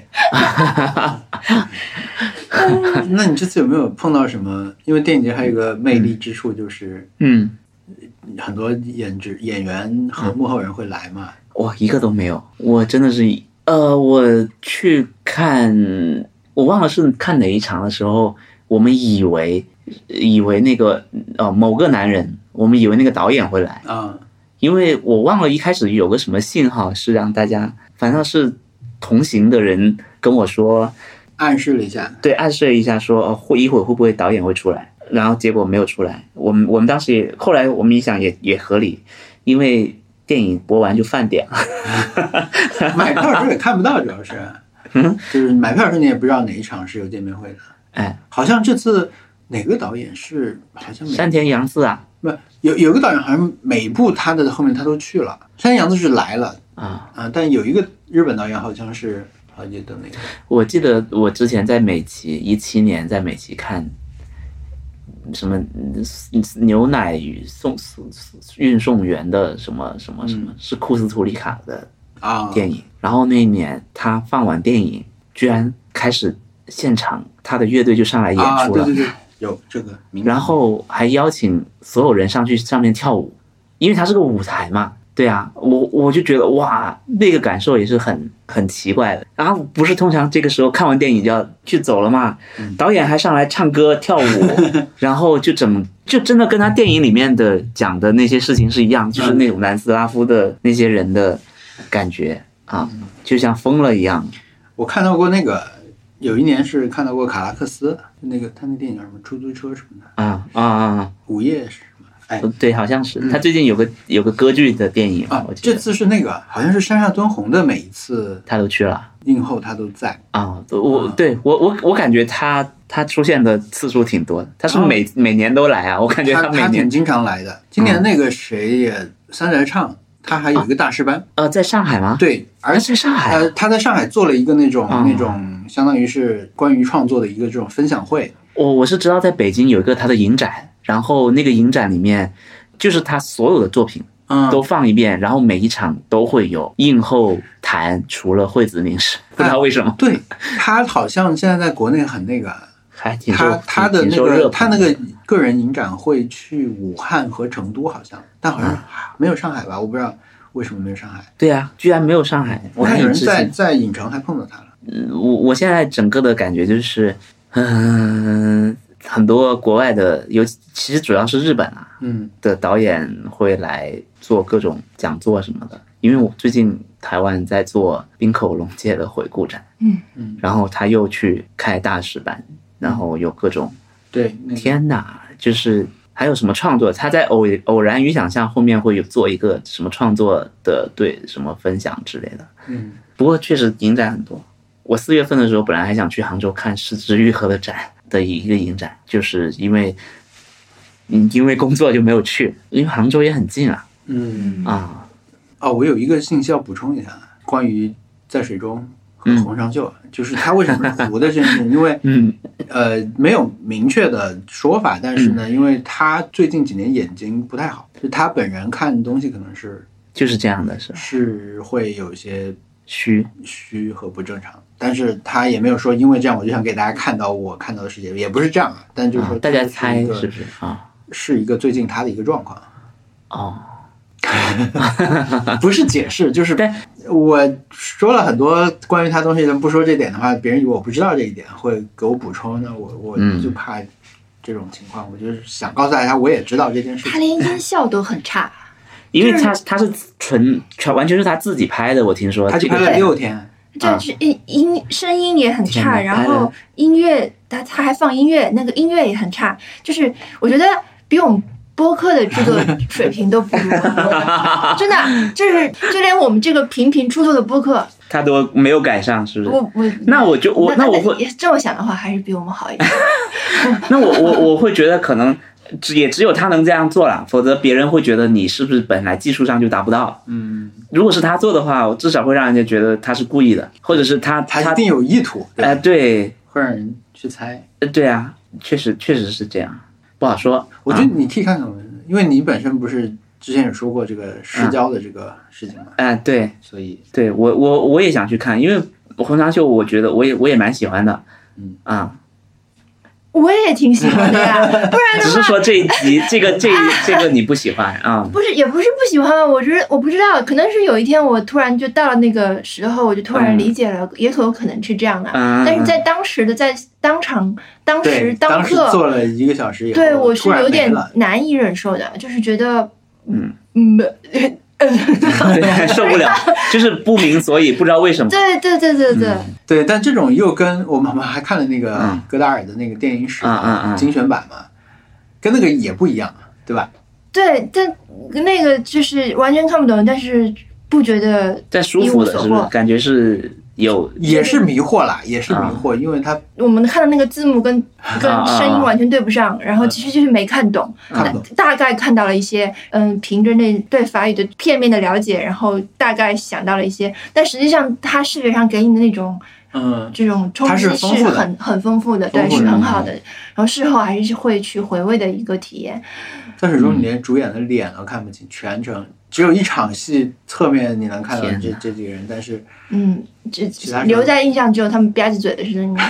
那你这次有没有碰到什么？因为电影节还有一个魅力之处就是， 嗯， 很多演职演员和幕后人会来嘛。 我一个都没有，我真的是。呃，我去看，我忘了是看哪一场的时候，我们以为以为那个呃某个男人，我们以为那个导演会来啊， 因为我忘了一开始有个什么信号是让大家，反正是同行的人跟我说， 暗示了一下， 对，暗示了一下说，哦，会一会儿会不会导演会出来，然后结果没有出来，我们我们当时也后来我们一想也也合理，因为。电影播完就饭点了， 买票的时候也看不到，主要是，嗯，就是买票的时候你也不知道哪一场是有见面会的。 哎， 好像这次哪个导演是好像山田洋次啊， 不有有个导演好像每部他的后面他都去了，山田洋次是来了啊啊，但有一个日本导演好像是好记得那个， 我记得我之前在美琪一七年在美琪看。什么牛奶与送运送员的什么什么什么，是库斯图里卡的电影。然后那一年他放完电影，居然开始现场他的乐队就上来演出了， 对对对，有这个。 然后还邀请所有人上去上面跳舞，因为它是个舞台嘛。对啊，我我就觉得哇，那个感受也是很很奇怪的。然后不是通常这个时候看完电影就要去走了嘛，嗯、导演还上来唱歌跳舞，然后就怎么就真的跟他电影里面的讲的那些事情是一样，就是那种南斯拉夫的那些人的感觉啊，就像疯了一样。 我看到过那个，有一年是看到过卡拉克斯，那个他那电影叫什么出租车什么的啊啊啊， 午夜是。哎， 对，好像是他最近有个有个歌剧的电影啊，这次是那个好像是山下敦弘的每一次他都去了， 映后他都在啊。我对我我我感觉他他出现的次数挺多的，他是每、哦、每年都来啊，我感觉他每年他挺经常来的。今年那个谁也、嗯、三宅唱，他还有一个大师班， 啊、呃，在上海吗？ 对，而在上海、啊， 呃，他在上海做了一个那种、哦、那种相当于是关于创作的一个这种分享会。 我我是知道在北京有一个他的影展，然后那个影展里面。就是他所有的作品都放一遍、嗯、然后每一场都会有映后谈，除了惠子凝视，不知道为什么、啊、 对，他好像现在在国内很那个还挺受他他的那个他那个个人影展会去武汉和成都好像，但好像没有上海吧、嗯、我不知道为什么没有上海。 对啊，居然没有上海， 我看有人在在影城还碰到他了。 嗯，我我现在整个的感觉就是嗯、呃很多国外的，尤其其实主要是日本啊， 嗯的导演会来做各种讲座什么的。因为我最近台湾在做滨口龙介的回顾展， 嗯嗯， 然后他又去开大师班，然后有各种， 对， 天哪，就是还有什么创作，他在偶偶然与想象后面会有做一个什么创作的对什么分享之类的， 嗯， 不过确实影展很多。我四月份的时候本来还想去杭州看失之愈合的展。的一个影展，就是因为，嗯，因为工作就没有去，因为杭州也很近啊。 嗯啊， 哦，我有一个信息要补充一下，关于在水中和红长袖，嗯、就是它为什么是糊的这件事情，因为嗯呃没有明确的说法，但是呢，嗯、因为他最近几年眼睛不太好，就他本人看东西可能是就是这样的，是是会有一些虚虚和不正常。但是他也没有说因为这样我就想给大家看到我看到的世界，也不是这样啊。但就是说、 啊、大家猜是不是啊？ 是一个最近他的一个状况。 哦， 不是解释，就是我说了很多关于他东西，不说这点的话，别人以为我不知道这一点，会给我补充。那我我就怕这种情况，嗯、我就是想告诉大家，我也知道这件事情。 他连音效都很差。 因为他他是纯全完全是他自己拍的，我听说他就拍了六天。 就是音音声音也很差，然后音乐他他还放音乐，那个音乐也很差，就是我觉得比我们播客的制作水平都不如，真的就是就连我们这个频频出错的播客， 他都没有赶上，是不是？ 我我那我就我那我会这么想的话，还是比我们好一点。 那我我我会觉得可能。也只有他能这样做了，否则别人会觉得你是不是本来技术上就达不到。 嗯， 如果是他做的话，我至少会让人家觉得他是故意的，或者是他他一定有意图。 哎、呃，对， 会让人去猜。 呃，对啊，确实确实是这样，不好说。 我觉得你可以看看，因为你本身不是之前也说过这个失焦的这个事情嘛。 哎、呃，对， 所以对我我我也想去看，因为红长袖，我觉得我也我也蛮喜欢的。 嗯啊。 我也挺喜欢的呀，不然的话只是说这一集这个这这个你不喜欢啊？ 不是，也不是不喜欢，我觉得我不知道，可能是有一天我突然就到了那个时候，我就突然理解了，嗯、也有可能是这样的。 嗯、 但是在当时的在当场当时当刻当时做了一个小时以后， 对我是有点难以忍受的，就是觉得嗯嗯。 对，受不了，就是不明所以，不知道为什么。 对对对对对、 嗯、对，但这种又跟我们我们还看了那个戈达尔的那个电影史精选版嘛，跟那个也不一样，对吧？ 对，但那个就是完全看不懂，但是不觉得但舒服的，是不是？感觉是有， 也是迷惑啦，也是迷惑，因为他我们看的那个字幕跟跟声音完全对不上，然后其实就是没看懂， 看懂大概看到了一些，嗯，凭着那对法语的片面的了解，然后大概想到了一些，但实际上它视觉上给你的那种， 嗯， 这种冲击是很很丰富的，对，是很好的，然后事后还是会去回味的一个体验。 但是如果你连主演的脸都看不清，全程只有一场戏侧面你能看到这这几个人，但是嗯，只留在印象只有他们吧唧嘴的声音。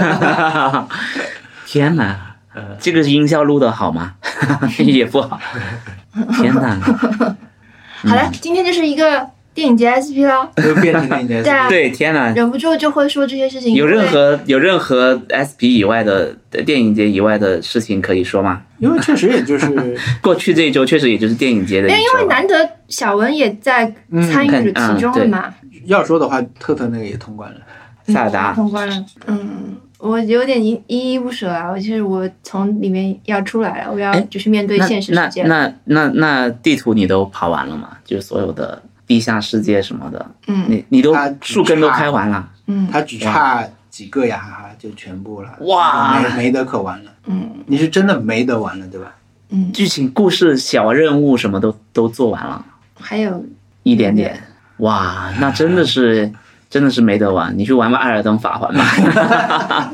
天哪，这个音效录的好吗？也不好。天哪！ 好了，今天就是一个电影节 S P 了， 又变成电影节 S P。 对啊， 对，天哪， 忍不住就会说这些事情。 有任何有任何 S P 以外的电影节以外的事情可以说吗？ 因为确实也就是过去这一周确实也就是电影节的一周， 因为难得小文也在参与了其中了嘛。 嗯嗯、 要说的话，特特那个也通关了， 萨尔达通关了。嗯，我有点依依依不舍啊！我其实我从里面要出来了，我要就是面对现实世界。 那那那 那, 那地图你都跑完了吗？就是所有的地下世界什么的， 嗯， 你你都树根都开完了， 嗯， 它只差几个呀，就全部了， 哇， 没没得可玩了， 嗯， 你是真的没得玩了，对吧？ 嗯， 剧情、故事、小任务什么都都做完了， 还有一点点，哇，那真的是真的是没得玩，你去玩玩《艾尔登法环》吧。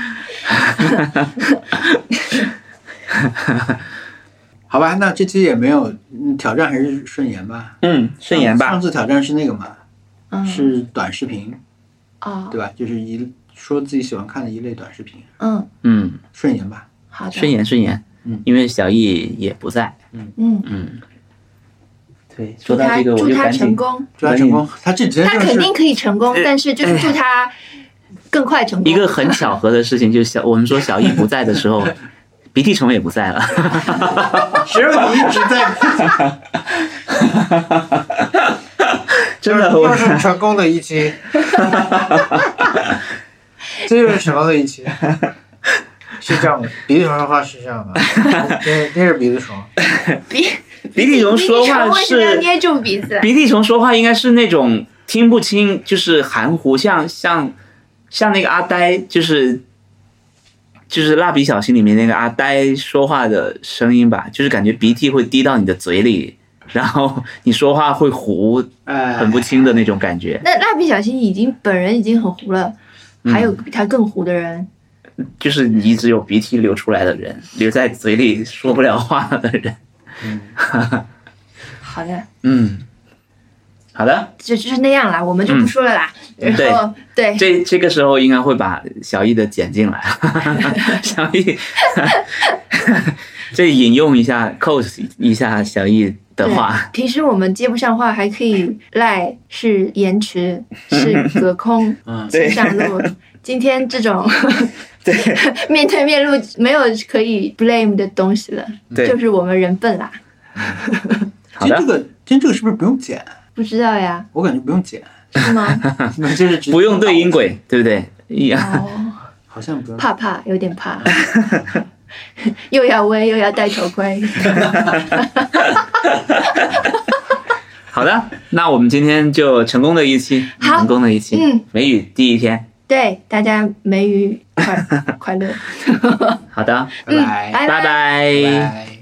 好吧，那这期也没有挑战，还是顺延吧。 嗯，顺延吧。 上次挑战是那个嘛， 嗯、 是短视频， 哦， 对吧？就是一说自己喜欢看的一类短视频。 嗯嗯， 顺延吧。 好的， 顺延顺延。 嗯， 因为小易也不在。 嗯嗯嗯。对，说到这个我就祝他赶紧成功， 祝他成功。他这几天他肯定可以成功，但是就是祝他更快成功。 一个很巧合的事情，就是小我们说小易不在的时候，鼻涕虫也不在了。 只有你一直在。 真的， 又是成功的一期。这就是成功的一期。是这样的，鼻涕虫的话是这样的，那那是鼻子虫。 鼻鼻涕虫说话是要捏住鼻子。 鼻涕虫说话应该是那种听不清，就是含糊，像像像那个阿呆，就是就是蜡笔小新里面那个阿呆说话的声音吧，就是感觉鼻涕会滴到你的嘴里，然后你说话会糊，很不清的那种感觉。 那蜡笔小新已经本人已经很糊了，还有比他更糊的人。 就是你只有鼻涕流出来的人，留在嘴里说不了话的人。 嗯， 好的， 嗯，好的， 就就是那样啦，我们就不说了啦。 嗯、 然后对， 对这这个时候应该会把小易的剪进来，小易，这引用一下 ，cos 一下小易的话。 平时我们接不上话，还可以赖是延迟，是隔空接上路。今天这种对面对面录没有可以 blame 的东西了，就是我们人笨啦。 其实这个今天这个是不是不用剪？ 不知道呀， 我感觉不用剪， 是吗？ 就是直接不用对音轨，对不对？ 哦， 好像不用。 怕怕，有点怕。又要微又要戴头盔。 好的，那我们今天就成功的一期， 好成功的一期， 嗯， 梅雨第一天， 对大家梅雨快快乐。 好的， 拜拜， 嗯拜拜拜。 拜拜。